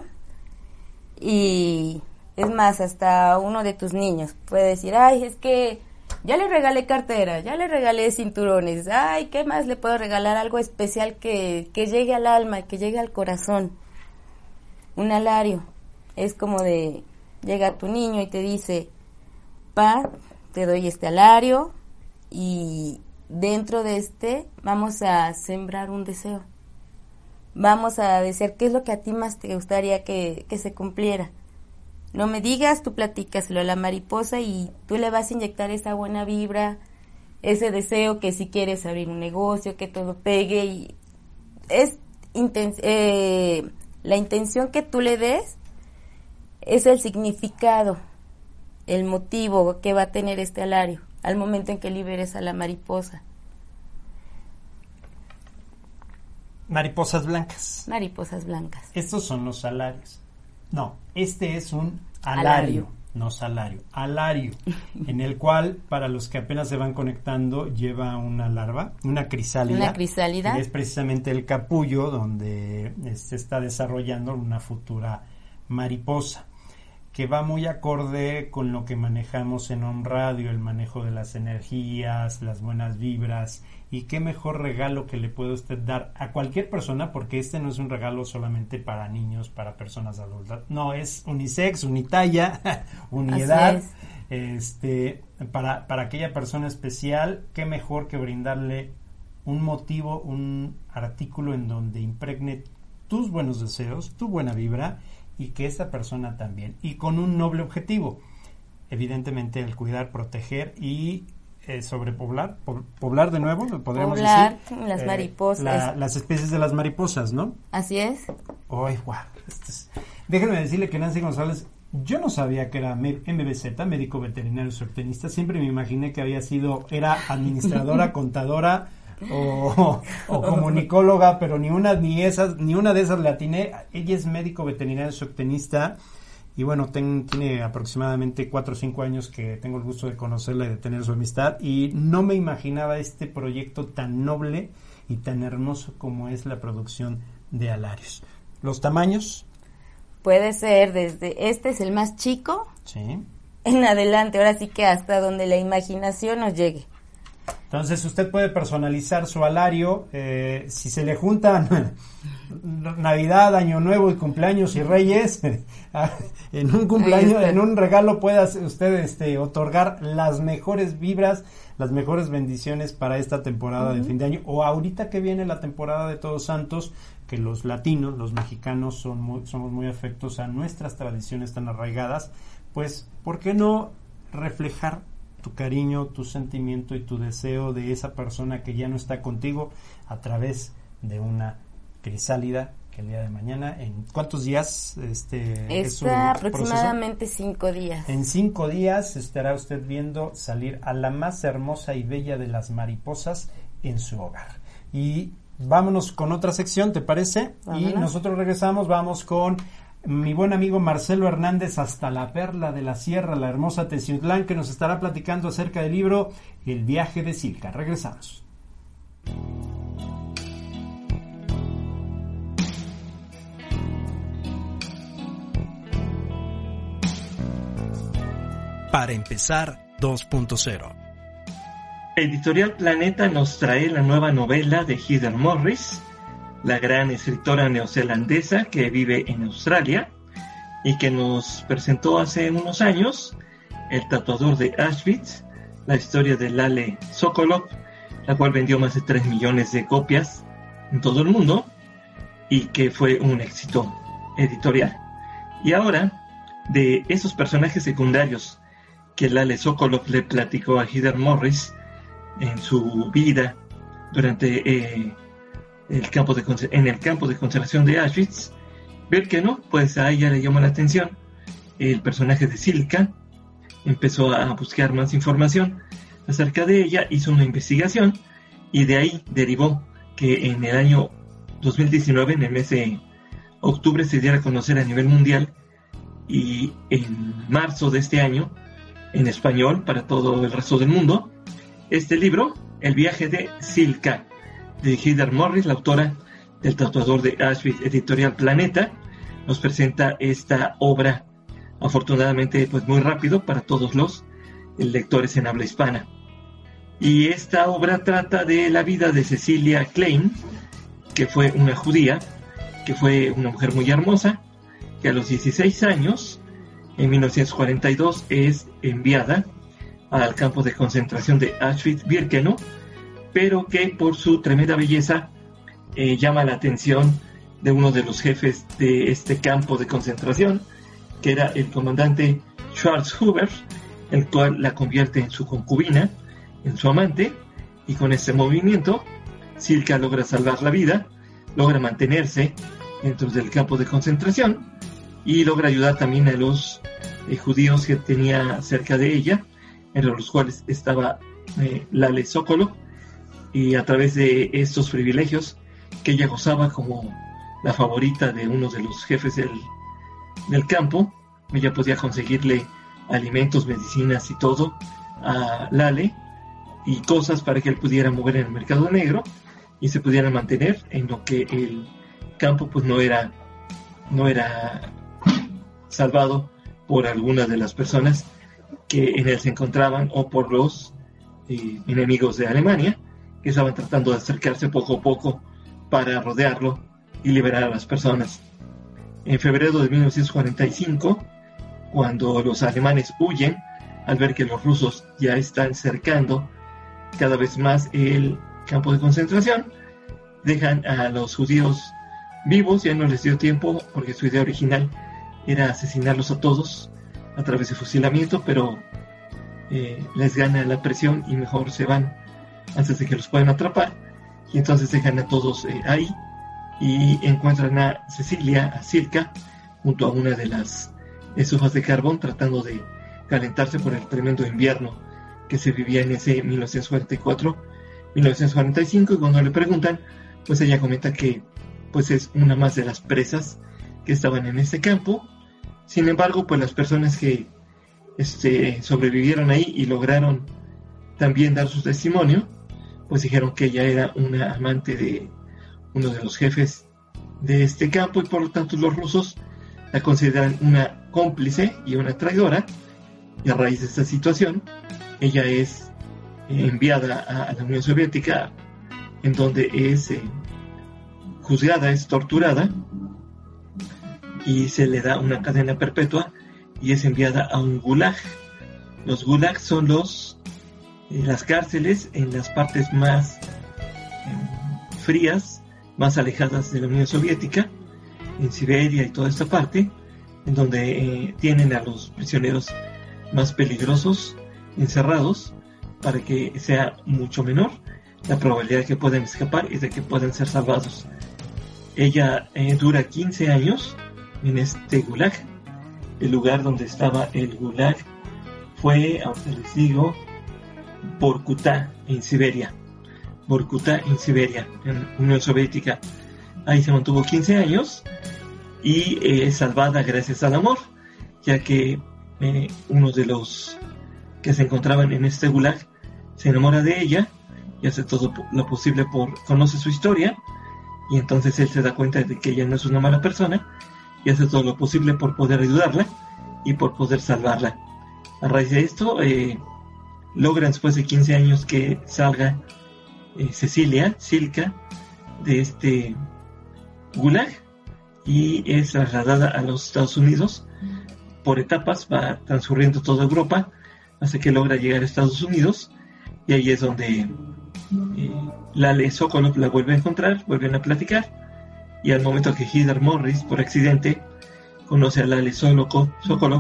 Y es más, hasta uno de tus niños puede decir, ay, es que ya le regalé cartera, ya le regalé cinturones, ay, ¿qué más le puedo regalar? Algo especial que, que llegue al alma, que llegue al corazón. Un alario. Es como de, llega tu niño y te dice, pa, te doy este alario y dentro de este vamos a sembrar un deseo. Vamos a desear qué es lo que a ti más te gustaría que, que se cumpliera. No me digas, tú platícaselo a la mariposa y tú le vas a inyectar esa buena vibra, ese deseo que si quieres abrir un negocio, que todo pegue y es inten- eh, la intención que tú le des es el significado, el motivo que va a tener este alario al momento en que liberes a la mariposa. Mariposas blancas. Mariposas blancas. Estos son los alarios. No, este es un alario, alario. no salario, alario, en el cual, para los que apenas se van conectando, lleva una larva, una crisálida. Una crisálida. Que es precisamente el capullo donde se está desarrollando una futura mariposa, que va muy acorde con lo que manejamos en On Radio, el manejo de las energías, las buenas vibras. Y qué mejor regalo que le puede usted dar a cualquier persona, porque este no es un regalo solamente para niños, para personas adultas, no, es unisex, unitalla, uniedad, este, para, para aquella persona especial. Qué mejor que brindarle un motivo, un artículo en donde impregne tus buenos deseos, tu buena vibra, y que esta persona también, y con un noble objetivo, evidentemente el cuidar, proteger y Eh, sobrepoblar, po- poblar de nuevo, podríamos poblar decir. las eh, mariposas. La, las especies de las mariposas, ¿no? Así es. Ay, guau. Este es... Déjenme decirle que Nancy González, yo no sabía que era M B Z, médico veterinario zootecnista, siempre me imaginé que había sido, era administradora, contadora o, o comunicóloga, pero ni una ni esas, ni una de esas le atiné. Ella es médico veterinario zootecnista. Y bueno, ten, tiene aproximadamente cuatro o cinco años que tengo el gusto de conocerla y de tener su amistad. Y no me imaginaba este proyecto tan noble y tan hermoso como es la producción de alarios. ¿Los tamaños? puede ser desde, este es el más chico, sí, en adelante, ahora sí que hasta donde la imaginación nos llegue. Entonces usted puede personalizar su alario, eh, si se le juntan Navidad, Año Nuevo y cumpleaños y Reyes, en un cumpleaños, en un regalo pueda usted este, otorgar las mejores vibras, las mejores bendiciones para esta temporada uh-huh. de fin de año, o ahorita que viene la temporada de Todos Santos, que los latinos, los mexicanos son muy, somos muy afectos a nuestras tradiciones tan arraigadas, pues ¿por qué no reflejar tu cariño, tu sentimiento y tu deseo de esa persona que ya no está contigo a través de una crisálida que el día de mañana, ¿en cuántos días este es su aproximadamente proceso? Cinco días. En cinco días estará usted viendo salir a la más hermosa y bella de las mariposas en su hogar. Y vámonos con otra sección, ¿te parece? Vámonos. Y nosotros regresamos, vamos con mi buen amigo Marcelo Hernández hasta la Perla de la Sierra, la hermosa Teciutlán, que nos estará platicando acerca del libro El viaje de Silka. Regresamos. Para empezar, dos punto cero. Editorial Planeta nos trae la nueva novela de Heather Morris, la gran escritora neozelandesa que vive en Australia y que nos presentó hace unos años El tatuador de Auschwitz, la historia de Lale Sokolov, la cual vendió más de tres millones de copias en todo el mundo y que fue un éxito editorial. Y ahora, de esos personajes secundarios que Lale Sokolov le platicó a Heather Morris en su vida durante eh, el campo de en el campo de concentración de Auschwitz, ver que no, pues a ella le llamó la atención el personaje de Silka, empezó a buscar más información acerca de ella, hizo una investigación y de ahí derivó que en el año dos mil diecinueve, en el mes de octubre, se diera a conocer a nivel mundial, y en marzo de este año en español para todo el resto del mundo, este libro, El viaje de Silka, de Heather Morris, la autora del tatuador de Auschwitz. Editorial Planeta nos presenta esta obra, afortunadamente pues muy rápido para todos los lectores en habla hispana. Y esta obra trata de la vida de Cecilia Klein, que fue una judía, que fue una mujer muy hermosa, que a los dieciséis años, en mil novecientos cuarenta y dos, es enviada al campo de concentración de Auschwitz-Birkenau, pero que por su tremenda belleza eh, llama la atención de uno de los jefes de este campo de concentración, que era el comandante Schwarzhuber, el cual la convierte en su concubina, en su amante, y con este movimiento Silka logra salvar la vida, logra mantenerse dentro del campo de concentración y logra ayudar también a los eh, judíos que tenía cerca de ella, entre los cuales estaba eh, Lale Sokolov, y a través de estos privilegios que ella gozaba como la favorita de uno de los jefes del, del campo, ella podía conseguirle alimentos, medicinas y todo a Lale, y cosas para que él pudiera mover en el mercado negro y se pudiera mantener en lo que el campo pues no era no era salvado por alguna de las personas que en él se encontraban, o por los eh, enemigos de Alemania, que estaban tratando de acercarse poco a poco para rodearlo y liberar a las personas. En febrero de mil novecientos cuarenta y cinco, cuando los alemanes huyen al ver que los rusos ya están cercando cada vez más el campo de concentración, dejan a los judíos vivos. Ya no les dio tiempo porque su idea original era asesinarlos a todos a través de fusilamiento, pero eh, les gana la presión y mejor se van antes de que los puedan atrapar, y entonces dejan a todos eh, ahí y encuentran a Cecilia, a Silka, junto a una de las estufas de carbón, tratando de calentarse por el tremendo invierno que se vivía en ese mil novecientos cuarenta y cuatro mil novecientos cuarenta y cinco, y cuando le preguntan, pues ella comenta que pues es una más de las presas que estaban en ese campo. Sin embargo, pues las personas que este, sobrevivieron ahí y lograron también dar su testimonio, pues dijeron que ella era una amante de uno de los jefes de este campo, y por lo tanto los rusos la consideran una cómplice y una traidora, y a raíz de esta situación ella es eh, enviada a, a la Unión Soviética, en donde es eh, juzgada, es torturada y se le da una cadena perpetua y es enviada a un gulag. Los gulags son los eh, las cárceles en las partes más eh, frías, más alejadas de la Unión Soviética, en Siberia y toda esta parte, en donde eh, tienen a los prisioneros más peligrosos encerrados para que sea mucho menor la probabilidad de que puedan escapar y de que puedan ser salvados. Ella eh, dura quince años en este gulag. El lugar donde estaba el gulag fue, ahorita les digo, Vorkuta en Siberia. Vorkuta en Siberia, en Unión Soviética. Ahí se mantuvo quince años y es eh, salvada gracias al amor, ya que eh, uno de los que se encontraban en este gulag se enamora de ella y hace todo lo posible por conoce su historia, y entonces él se da cuenta de que ella no es una mala persona y hace todo lo posible por poder ayudarla y por poder salvarla. A raíz de esto eh, logran después de quince años que salga eh, Cecilia, Silka, de este gulag y es trasladada a los Estados Unidos por etapas, va transcurriendo toda Europa hasta que logra llegar a Estados Unidos, y ahí es donde eh, Lale Sokolov la vuelve a encontrar, vuelven a platicar, y al momento que Heather Morris por accidente conoce a Lale Sokolov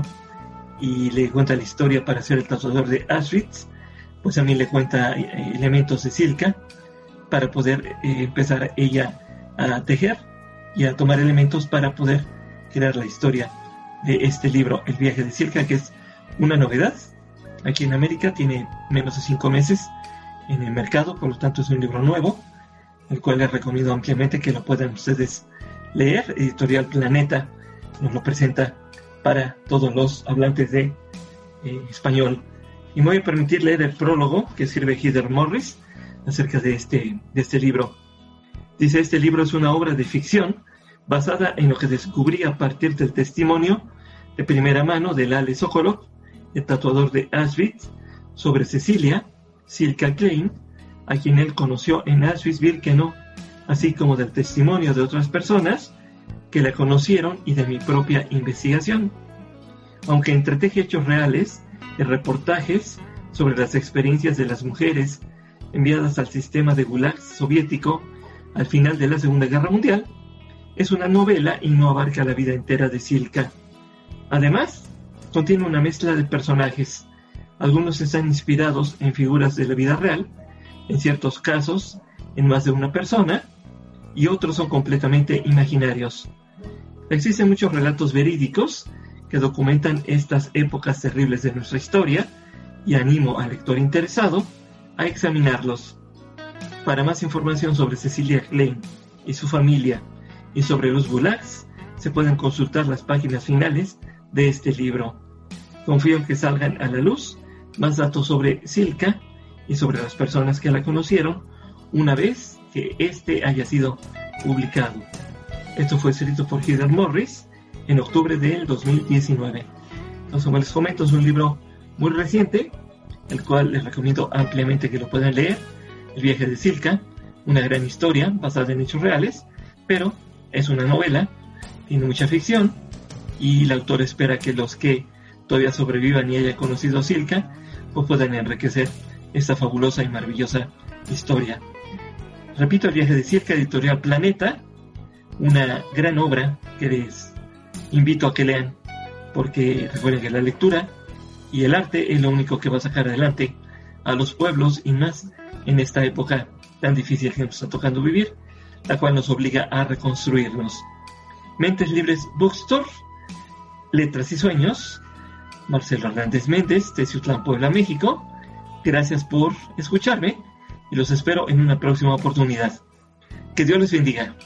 y le cuenta la historia para ser el tatuador de Auschwitz, pues también le cuenta eh, elementos de Silka para poder eh, empezar ella a tejer y a tomar elementos para poder crear la historia de este libro, El viaje de Silka, que es una novedad aquí en América, tiene menos de cinco meses en el mercado, por lo tanto es un libro nuevo, el cual les recomiendo ampliamente que lo puedan ustedes leer. Editorial Planeta nos lo presenta para todos los hablantes de eh, español. Y me voy a permitir leer el prólogo que escribe Heather Morris acerca de este, de este libro. Dice: este libro es una obra de ficción basada en lo que descubrí a partir del testimonio de primera mano de Lale Sokolov, el tatuador de Auschwitz, sobre Cecilia, Silka Klein, a quien él conoció en Auschwitz-Birkenau, así como del testimonio de otras personas que la conocieron y de mi propia investigación. Aunque entreteje hechos reales y reportajes sobre las experiencias de las mujeres enviadas al sistema de Gulag soviético al final de la Segunda Guerra Mundial, es una novela y no abarca la vida entera de Silka. Además, contiene una mezcla de personajes. Algunos están inspirados en figuras de la vida real, en ciertos casos en más de una persona, y otros son completamente imaginarios. Existen muchos relatos verídicos que documentan estas épocas terribles de nuestra historia, y animo al lector interesado a examinarlos. Para más información sobre Cecilia Klein y su familia y sobre los gulags, se pueden consultar las páginas finales de este libro. Confío en que salgan a la luz más datos sobre Silka y sobre las personas que la conocieron una vez que este haya sido publicado. Esto fue escrito por Heather Morris en octubre del dos mil diecinueve. Entonces, como les comento, es un libro muy reciente, el cual les recomiendo ampliamente que lo puedan leer. El viaje de Silka, una gran historia basada en hechos reales, pero es una novela, tiene mucha ficción, y el autor espera que los que todavía sobrevivan y hayan conocido a Silka pues puedan enriquecer esta fabulosa y maravillosa historia. Repito, El viaje de Silka, editorial Planeta, una gran obra que les invito a que lean, porque recuerden que la lectura y el arte es lo único que va a sacar adelante a los pueblos, y más en esta época tan difícil que nos está tocando vivir, la cual nos obliga a reconstruirnos. Mentes Libres Bookstore, Letras y Sueños, Marcelo Hernández Méndez, Teciutlán, Puebla, México. Gracias por escucharme y los espero en una próxima oportunidad. Que Dios les bendiga.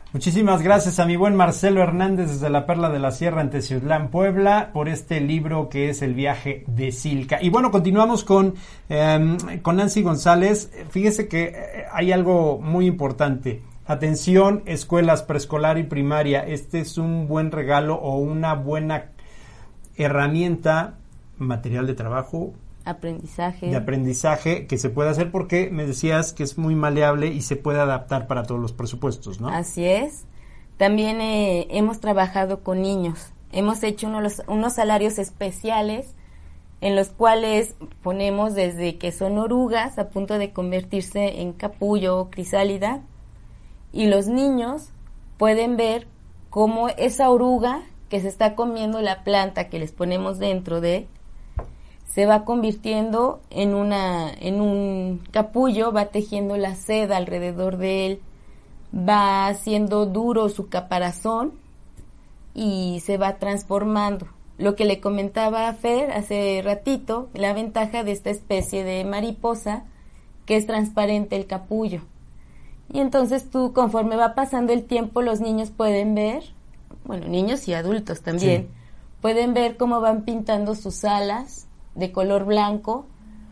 Muchísimas gracias a mi buen Marcelo Hernández desde la Perla de la Sierra en Teciutlán, Puebla, por este libro que es El viaje de Silka. Y bueno, continuamos con, eh, con Nancy González. Fíjese que hay algo muy importante. Atención, escuelas preescolar y primaria. Este es un buen regalo o una buena herramienta, material de trabajo, aprendizaje. de aprendizaje que se puede hacer porque me decías que es muy maleable y se puede adaptar para todos los presupuestos, ¿no? Así es. También eh, hemos trabajado con niños. Hemos hecho unos, unos salarios especiales en los cuales ponemos desde que son orugas a punto de convertirse en capullo o crisálida, y los niños pueden ver cómo esa oruga que se está comiendo la planta que les ponemos dentro de se va convirtiendo en una en un capullo, va tejiendo la seda alrededor de él, va haciendo duro su caparazón y se va transformando. Lo que le comentaba a Fer hace ratito, la ventaja de esta especie de mariposa, que es transparente el capullo. Y entonces tú, conforme va pasando el tiempo, los niños pueden ver, bueno, niños y adultos también, sí, pueden ver cómo van pintando sus alas de color blanco,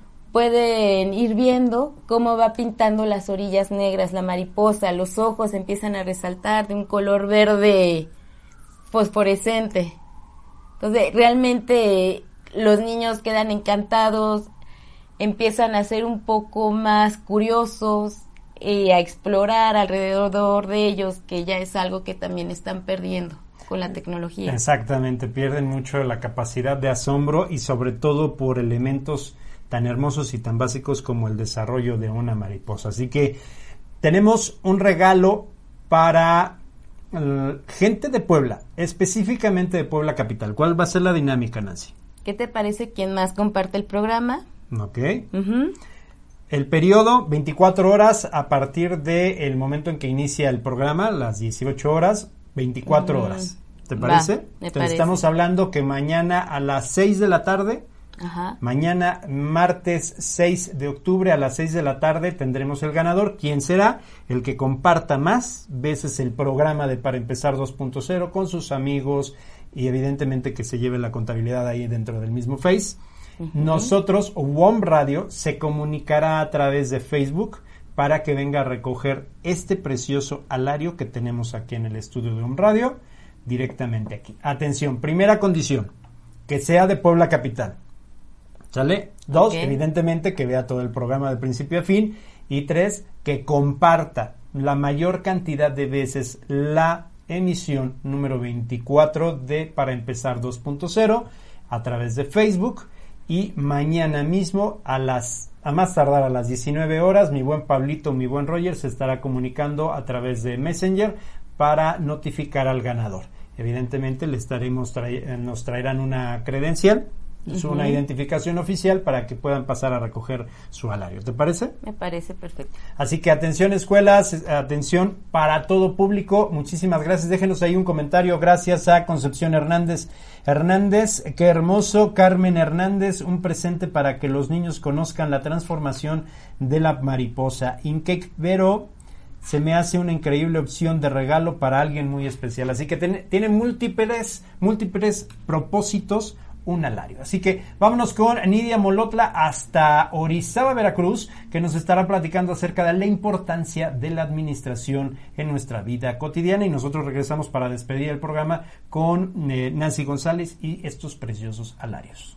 pueden ir viendo cómo va pintando las orillas negras la mariposa, los ojos empiezan a resaltar de un color verde fosforescente. Entonces, realmente los niños quedan encantados, empiezan a ser un poco más curiosos y a explorar alrededor de ellos, que ya es algo que también están perdiendo con la tecnología. Exactamente, pierden mucho la capacidad de asombro y sobre todo por elementos tan hermosos y tan básicos como el desarrollo de una mariposa. Así que tenemos un regalo para uh, gente de Puebla, específicamente de Puebla Capital. ¿Cuál va a ser la dinámica, Nancy? ¿Qué te parece quien más comparte el programa? Ok. Uh-huh. El periodo, veinticuatro horas a partir del momento en que inicia el programa, las dieciocho horas, veinticuatro horas. ¿Te parece? Va, me Entonces parece. Estamos hablando que mañana a las seis de la tarde, Ajá. mañana martes seis de octubre a las seis de la tarde tendremos el ganador. ¿Quién será? El que comparta más veces el programa de Para Empezar dos punto cero con sus amigos y evidentemente que se lleve la contabilidad ahí dentro del mismo Face. Uh-huh. Nosotros, o W O M Radio, se comunicará a través de Facebook para que venga a recoger este precioso alario que tenemos aquí en el estudio de W O M Radio, directamente aquí. Atención, primera condición, que sea de Puebla Capital. ¿Sale? Dos, okay. Evidentemente que vea todo el programa de principio a fin. Y tres, que comparta la mayor cantidad de veces la emisión número veinticuatro de Para Empezar dos punto cero a través de Facebook. Y mañana mismo a las a más tardar a las diecinueve horas, mi buen Pablito, mi buen Roger se estará comunicando a través de Messenger para notificar al ganador. Evidentemente le estaremos trae, nos traerán una credencial, uh-huh. una identificación oficial para que puedan pasar a recoger su alario. ¿Te parece? Me parece perfecto. Así que atención escuelas, atención para todo público. Muchísimas gracias. Déjenos ahí un comentario. Gracias a Concepción Hernández. Hernández, qué hermoso. Carmen Hernández, un presente para que los niños conozcan la transformación de la mariposa. Incake Vero, se me hace una increíble opción de regalo para alguien muy especial. Así que tiene, tiene múltiples, múltiples propósitos un alario. Así que vámonos con Nidia Molotla hasta Orizaba, Veracruz, que nos estará platicando acerca de la importancia de la administración en nuestra vida cotidiana. Y nosotros regresamos para despedir el programa con eh, Nancy González y estos preciosos alarios.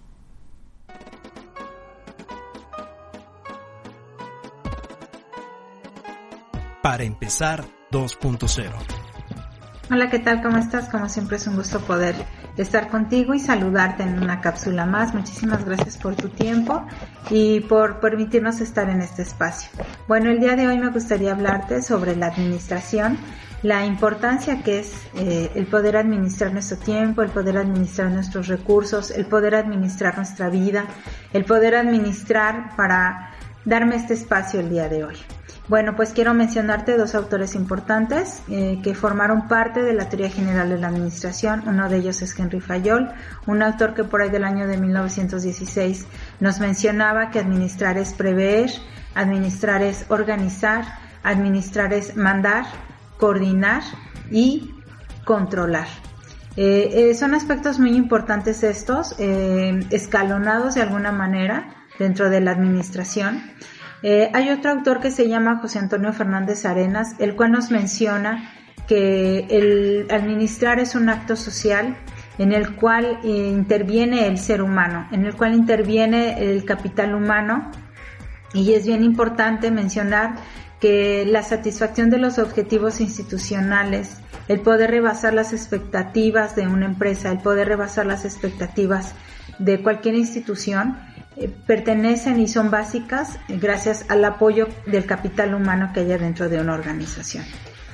Para Empezar dos punto cero. Hola, ¿qué tal? ¿Cómo estás? Como siempre es un gusto poder estar contigo y saludarte en una cápsula más. Muchísimas gracias por tu tiempo y por permitirnos estar en este espacio. Bueno, el día de hoy me gustaría hablarte sobre la administración, la importancia que es eh, el poder administrar nuestro tiempo, el poder administrar nuestros recursos, el poder administrar nuestra vida, el poder administrar para darme este espacio el día de hoy. Bueno, pues quiero mencionarte dos autores importantes eh, que formaron parte de la teoría general de la administración. Uno de ellos es Henry Fayol, un autor que por ahí del año de mil novecientos dieciséis nos mencionaba que administrar es prever, administrar es organizar, administrar es mandar, coordinar y controlar. Eh, eh, son aspectos muy importantes estos, eh, escalonados de alguna manera dentro de la administración. Eh, hay otro autor que se llama José Antonio Fernández Arenas, el cual nos menciona que el administrar es un acto social en el cual eh, interviene el ser humano, en el cual interviene el capital humano, y es bien importante mencionar que la satisfacción de los objetivos institucionales, el poder rebasar las expectativas de una empresa, el poder rebasar las expectativas de cualquier institución, eh, pertenecen y son básicas gracias al apoyo del capital humano que haya dentro de una organización.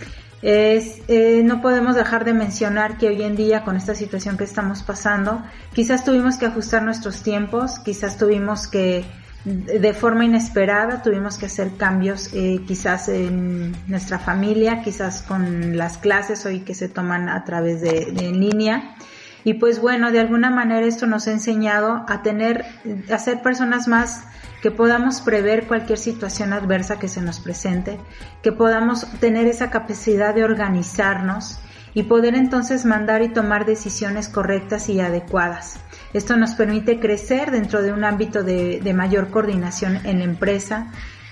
Es, eh, no podemos dejar de mencionar que hoy en día, con esta situación que estamos pasando, quizás tuvimos que ajustar nuestros tiempos, quizás tuvimos que, de forma inesperada, tuvimos que hacer cambios, eh, quizás en nuestra familia, quizás con las clases hoy que se toman a través de, de en línea. Y pues bueno, de alguna manera esto nos ha enseñado a tener, a ser personas más que podamos prever cualquier situación adversa que se nos presente, que podamos tener esa capacidad de organizarnos y poder entonces mandar y tomar decisiones correctas y adecuadas. Esto nos permite crecer dentro de un ámbito de, de mayor coordinación en la empresa,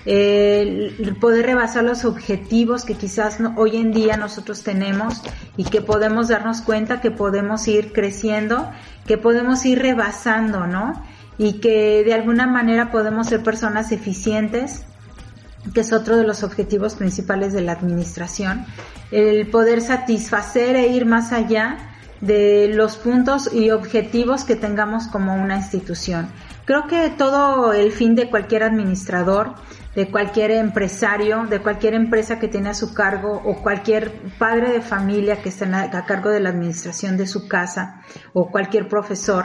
eh, poder rebasar los objetivos que quizás no, hoy en día nosotros tenemos y que podemos darnos cuenta que podemos ir creciendo, que podemos ir rebasando, ¿no? Y que de alguna manera podemos ser personas eficientes, que es otro de los objetivos principales de la administración, el poder satisfacer e ir más allá de los puntos y objetivos que tengamos como una institución. Creo que todo el fin de cualquier administrador, de cualquier empresario, de cualquier empresa que tiene a su cargo, o cualquier padre de familia que esté a cargo de la administración de su casa, o cualquier profesor,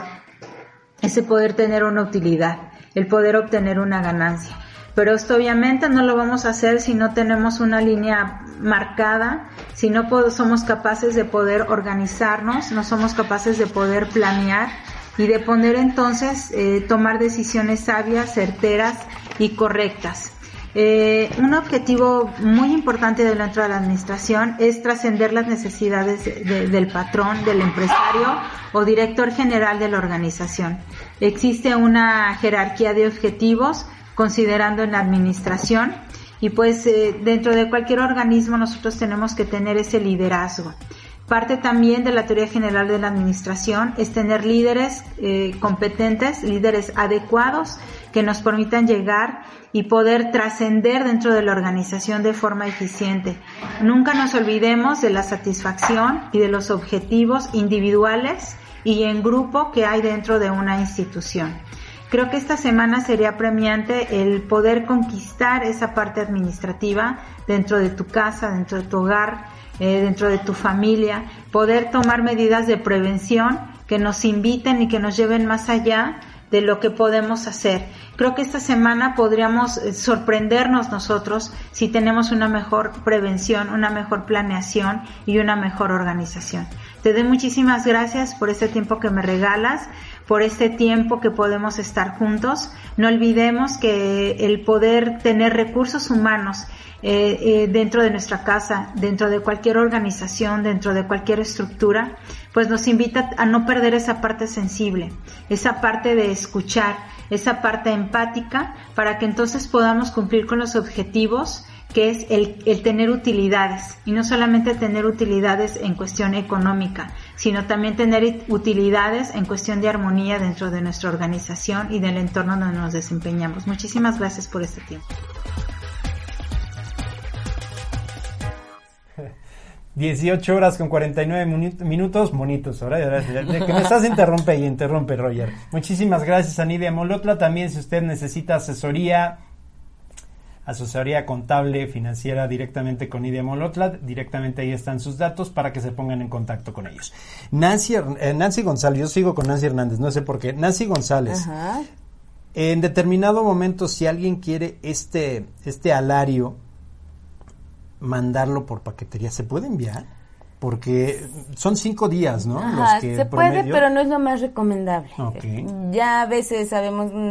ese poder tener una utilidad, el poder obtener una ganancia. Pero esto obviamente no lo vamos a hacer si no tenemos una línea marcada, si no pod- somos capaces de poder organizarnos, no somos capaces de poder planear y de poner entonces, eh, tomar decisiones sabias, certeras y correctas. Eh, un objetivo muy importante dentro de la administración es trascender las necesidades de, de, del patrón, del empresario o director general de la organización. Existe una jerarquía de objetivos considerando en la administración y pues eh, dentro de cualquier organismo nosotros tenemos que tener ese liderazgo. Parte también de la teoría general de la administración es tener líderes eh, competentes, líderes adecuados que nos permitan llegar y poder trascender dentro de la organización de forma eficiente. Nunca nos olvidemos de la satisfacción y de los objetivos individuales y en grupo que hay dentro de una institución. Creo que esta semana sería premiante el poder conquistar esa parte administrativa dentro de tu casa, dentro de tu hogar, eh, dentro de tu familia, poder tomar medidas de prevención que nos inviten y que nos lleven más allá de lo que podemos hacer. Creo que esta semana podríamos sorprendernos nosotros si tenemos una mejor prevención, una mejor planeación y una mejor organización. Te doy muchísimas gracias por este tiempo que me regalas, por este tiempo que podemos estar juntos. No olvidemos que el poder tener recursos humanos eh, eh, dentro de nuestra casa, dentro de cualquier organización, dentro de cualquier estructura, pues nos invita a no perder esa parte sensible, esa parte de escuchar, esa parte empática, para que entonces podamos cumplir con los objetivos, que es el, el tener utilidades, y no solamente tener utilidades en cuestión económica, sino también tener utilidades en cuestión de armonía dentro de nuestra organización y del entorno donde nos desempeñamos. Muchísimas gracias por este tiempo. dieciocho horas con cuarenta y nueve minutos, bonitos, ahora que me estás interrumpe y interrumpe, Roger. Muchísimas gracias a Nidia Molotla. También si usted necesita asesoría, asesoría contable, financiera, directamente con Nidia Molotla, directamente ahí están sus datos para que se pongan en contacto con ellos. Nancy, eh, Nancy González, yo sigo con Nancy Hernández, no sé por qué. Nancy González, ajá. En determinado momento, si alguien quiere este, este alario, mandarlo por paquetería, ¿se puede enviar? Porque son cinco días, ¿no? Ajá, Los que se puede, promedio... pero no es lo más recomendable. Okay. Ya a veces sabemos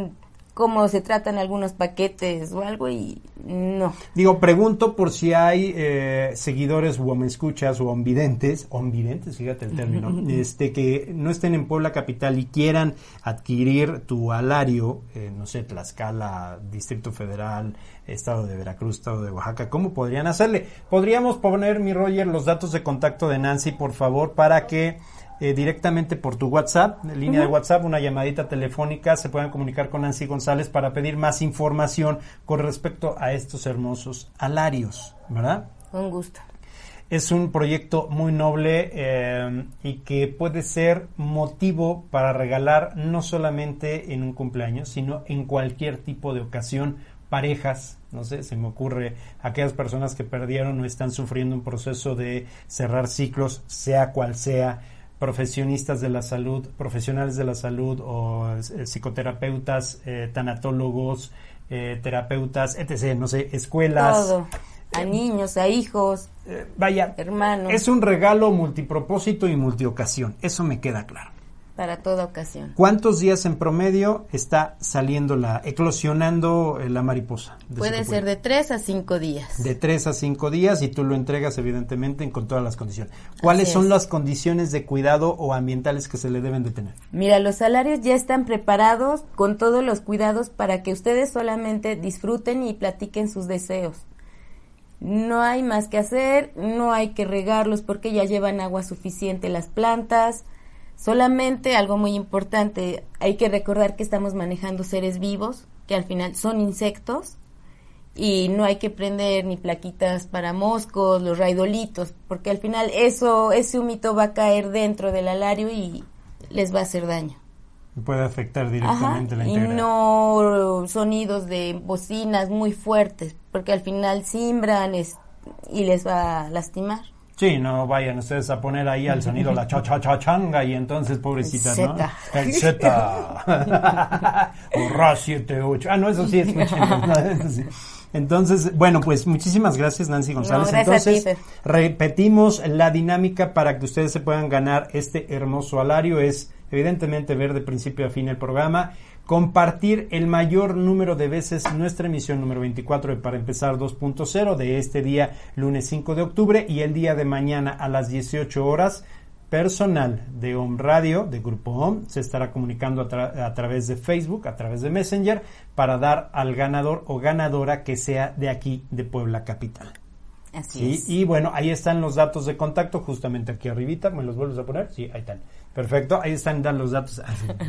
cómo se tratan algunos paquetes o algo y no. Digo, pregunto por si hay eh, seguidores o me escuchas o onvidentes, onvidentes, fíjate el término, este que no estén en Puebla Capital y quieran adquirir tu alario, eh, no sé, Tlaxcala, Distrito Federal, Estado de Veracruz, Estado de Oaxaca, ¿cómo podrían hacerle? Podríamos poner, mi Roger, los datos de contacto de Nancy, por favor, para que Eh, directamente por tu WhatsApp, línea uh-huh. de WhatsApp, una llamadita telefónica, se puedan comunicar con Nancy González para pedir más información con respecto a estos hermosos alarios, ¿verdad? Con gusto. Es un proyecto muy noble eh, y que puede ser motivo para regalar no solamente en un cumpleaños, sino en cualquier tipo de ocasión, parejas, no sé, se me ocurre aquellas personas que perdieron o están sufriendo un proceso de cerrar ciclos, sea cual sea, profesionistas de la salud, profesionales de la salud o eh, psicoterapeutas, eh, tanatólogos, eh, terapeutas, etcétera, no sé, escuelas. Todo, a eh, niños, a hijos, eh, vaya, hermanos. Es un regalo multipropósito y multiocasión, eso me queda claro. Para toda ocasión. ¿Cuántos días en promedio está saliendo la, eclosionando eh, la mariposa? Puede ser de tres a cinco días. De tres a cinco días y tú lo entregas evidentemente con todas las condiciones. ¿Cuáles Así son es. las condiciones de cuidado o ambientales que se le deben de tener? Mira, los salarios ya están preparados con todos los cuidados para que ustedes solamente disfruten y platiquen sus deseos. No hay más que hacer, no hay que regarlos porque ya llevan agua suficiente las plantas. Solamente algo muy importante, hay que recordar que estamos manejando seres vivos, que al final son insectos, y no hay que prender ni plaquitas para moscos, los raidolitos, porque al final eso, ese humito va a caer dentro del alario y les va a hacer daño. Puede afectar directamente Ajá, la integridad. Y no sonidos de bocinas muy fuertes, porque al final simbran es, y les va a lastimar. Sí, no vayan ustedes a poner ahí al sonido la cha cha cha changa y entonces pobrecita, el ¿no? Zeta. El Z. O Ra siete ocho. Ah, no, eso sí es mucho. Entonces, bueno, pues muchísimas gracias, Nancy González. No, gracias entonces, a ti, repetimos la dinámica para que ustedes se puedan ganar este hermoso alario. Es evidentemente ver de principio a fin el programa, compartir el mayor número de veces nuestra emisión número veinticuatro de Para Empezar dos punto cero de este día, lunes cinco de octubre, y el día de mañana a las dieciocho horas, personal de Om Radio, de Grupo Om, se estará comunicando a, tra- a través de Facebook, a través de Messenger, para dar al ganador o ganadora que sea de aquí, de Puebla Capital. Así ¿Sí? es. Y bueno, ahí están los datos de contacto, justamente aquí arribita. ¿Me los vuelves a poner? Sí, ahí están. Perfecto, ahí están dan los datos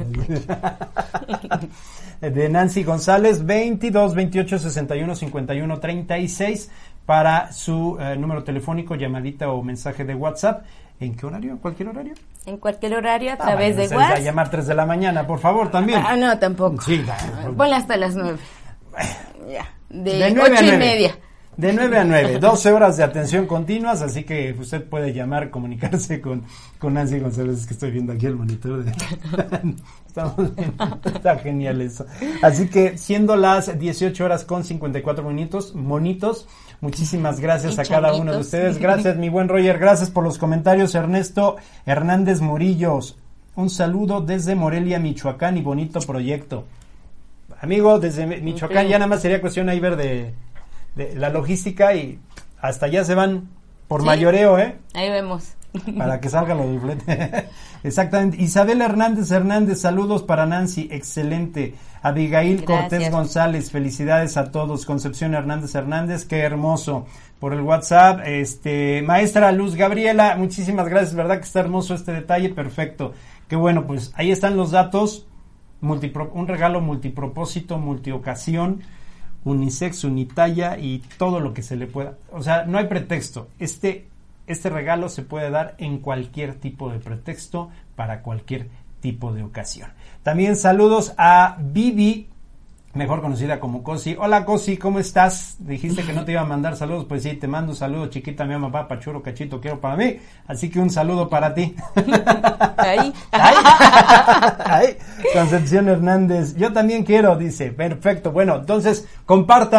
de Nancy González, veintidós, veintiocho, sesenta y uno, cincuenta y uno, treinta y seis para su eh, número telefónico, llamadita o mensaje de WhatsApp. ¿En qué horario? ¿En cualquier horario? En cualquier horario, a Ah, través bueno, de a WhatsApp. llamar tres de la mañana, por favor, también. Ah, no, tampoco. Sí, claro. Ponle hasta las nueve. Ya. De, De nueve a ocho y nueve. media. De nueve a nueve, doce horas de atención continuas, así que usted puede llamar, comunicarse con, con Nancy González, es que estoy viendo aquí el monitor. De... Estamos viendo, está genial eso. Así que siendo las dieciocho horas con cincuenta y cuatro minutos, monitos, muchísimas gracias Y a cada chavitos. uno de ustedes. Gracias, mi buen Roger, gracias por los comentarios. Ernesto Hernández Murillos, un saludo desde Morelia, Michoacán, y bonito proyecto. Amigo, desde Michoacán, ya nada más sería cuestión ahí ver de... de la logística y hasta allá se van por Sí. mayoreo, ¿eh? Ahí vemos. Para que salgan los del flete. Exactamente. Isabel Hernández Hernández, saludos para Nancy, excelente. Abigail Gracias. Cortés González, felicidades a todos. Concepción Hernández Hernández, qué hermoso. Por el WhatsApp, este, maestra Luz Gabriela, muchísimas gracias, verdad que está hermoso este detalle, perfecto. Qué bueno, pues ahí están los datos, multipro- un regalo multipropósito, multiocasión, unisex, unitalla y todo lo que se le pueda, o sea, no hay pretexto. Este este regalo se puede dar en cualquier tipo de pretexto para cualquier tipo de ocasión. También saludos a Vivi, mejor conocida como Cosi. Hola Cosi, ¿cómo estás? Dijiste que no te iba a mandar saludos, pues sí, te mando un saludo, chiquita, mi mamá, pachuro, cachito, quiero para mí, así que un saludo para ti. Ahí. Ay, ay, Concepción Hernández, yo también quiero, dice, perfecto, bueno, entonces compartan,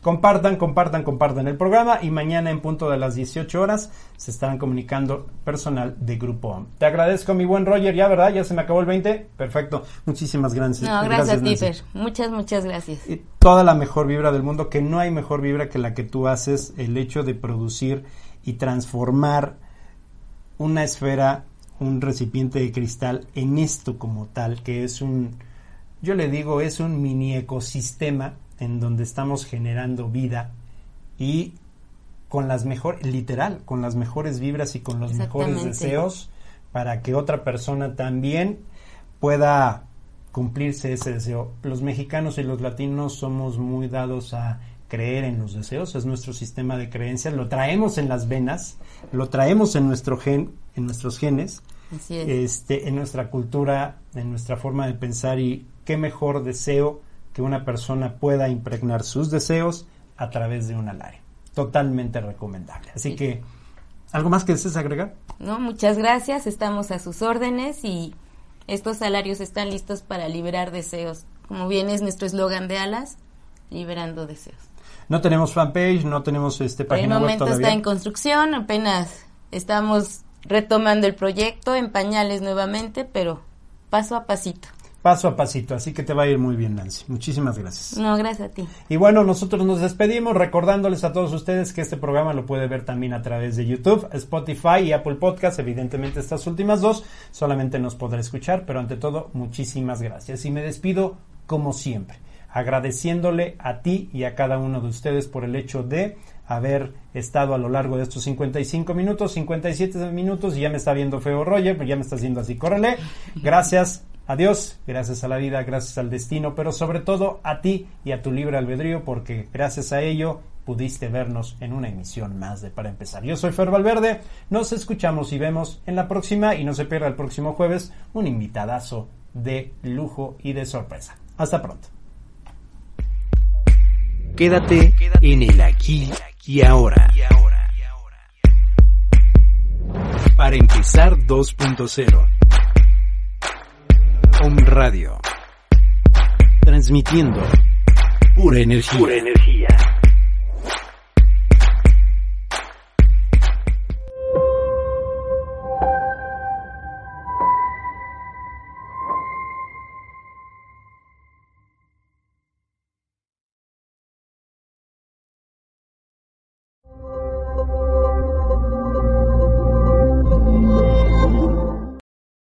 Compartan, compartan, compartan el programa y mañana en punto de las dieciocho horas se estarán comunicando personal de Grupo O M. Te agradezco, mi buen Roger, ya, ¿verdad? Ya se me acabó el veinte. Perfecto. Muchísimas gracias. No, gracias, gracias a ti, Fer. Muchas, muchas gracias. Y toda la mejor vibra del mundo, que no hay mejor vibra que la que tú haces, el hecho de producir y transformar una esfera, un recipiente de cristal en esto como tal, que es un, yo le digo, es un mini ecosistema en donde estamos generando vida y con las mejores, literal, con las mejores vibras y con los mejores deseos para que otra persona también pueda cumplirse ese deseo. Los mexicanos y los latinos somos muy dados a creer en los deseos, es nuestro sistema de creencias, lo traemos en las venas, lo traemos en nuestro gen, en nuestros genes, Así es. este, en nuestra cultura, en nuestra forma de pensar, y qué mejor deseo que una persona pueda impregnar sus deseos a través de un alario. Totalmente recomendable. Así sí. que, ¿algo más que desees agregar? No, muchas gracias, estamos a sus órdenes y estos alarios están listos para liberar deseos. Como bien es nuestro eslogan de Alas, liberando deseos. No tenemos fanpage, no tenemos este página web todavía. El momento está en construcción, apenas estamos retomando el proyecto en pañales nuevamente, pero paso a pasito. Paso a pasito, así que te va a ir muy bien, Nancy. Muchísimas gracias. No, gracias a ti. Y bueno, nosotros nos despedimos recordándoles a todos ustedes que este programa lo puede ver también a través de YouTube, Spotify y Apple Podcast. Evidentemente estas últimas dos solamente nos podrá escuchar, pero ante todo, muchísimas gracias. Y me despido como siempre, agradeciéndole a ti y a cada uno de ustedes por el hecho de haber estado a lo largo de estos cincuenta y cinco minutos, cincuenta y siete minutos, y ya me está viendo feo Roger, pero ya me está haciendo así, córrele. Gracias a Dios, gracias a la vida, gracias al destino, pero sobre todo a ti y a tu libre albedrío, porque gracias a ello pudiste vernos en una emisión más de Para Empezar. Yo soy Fer Valverde, nos escuchamos y vemos en la próxima, y no se pierda el próximo jueves un invitadazo de lujo y de sorpresa. Hasta pronto. Quédate en el aquí y ahora. Para Empezar dos punto cero. O M Radio. Transmitiendo pura energía. Pura energía.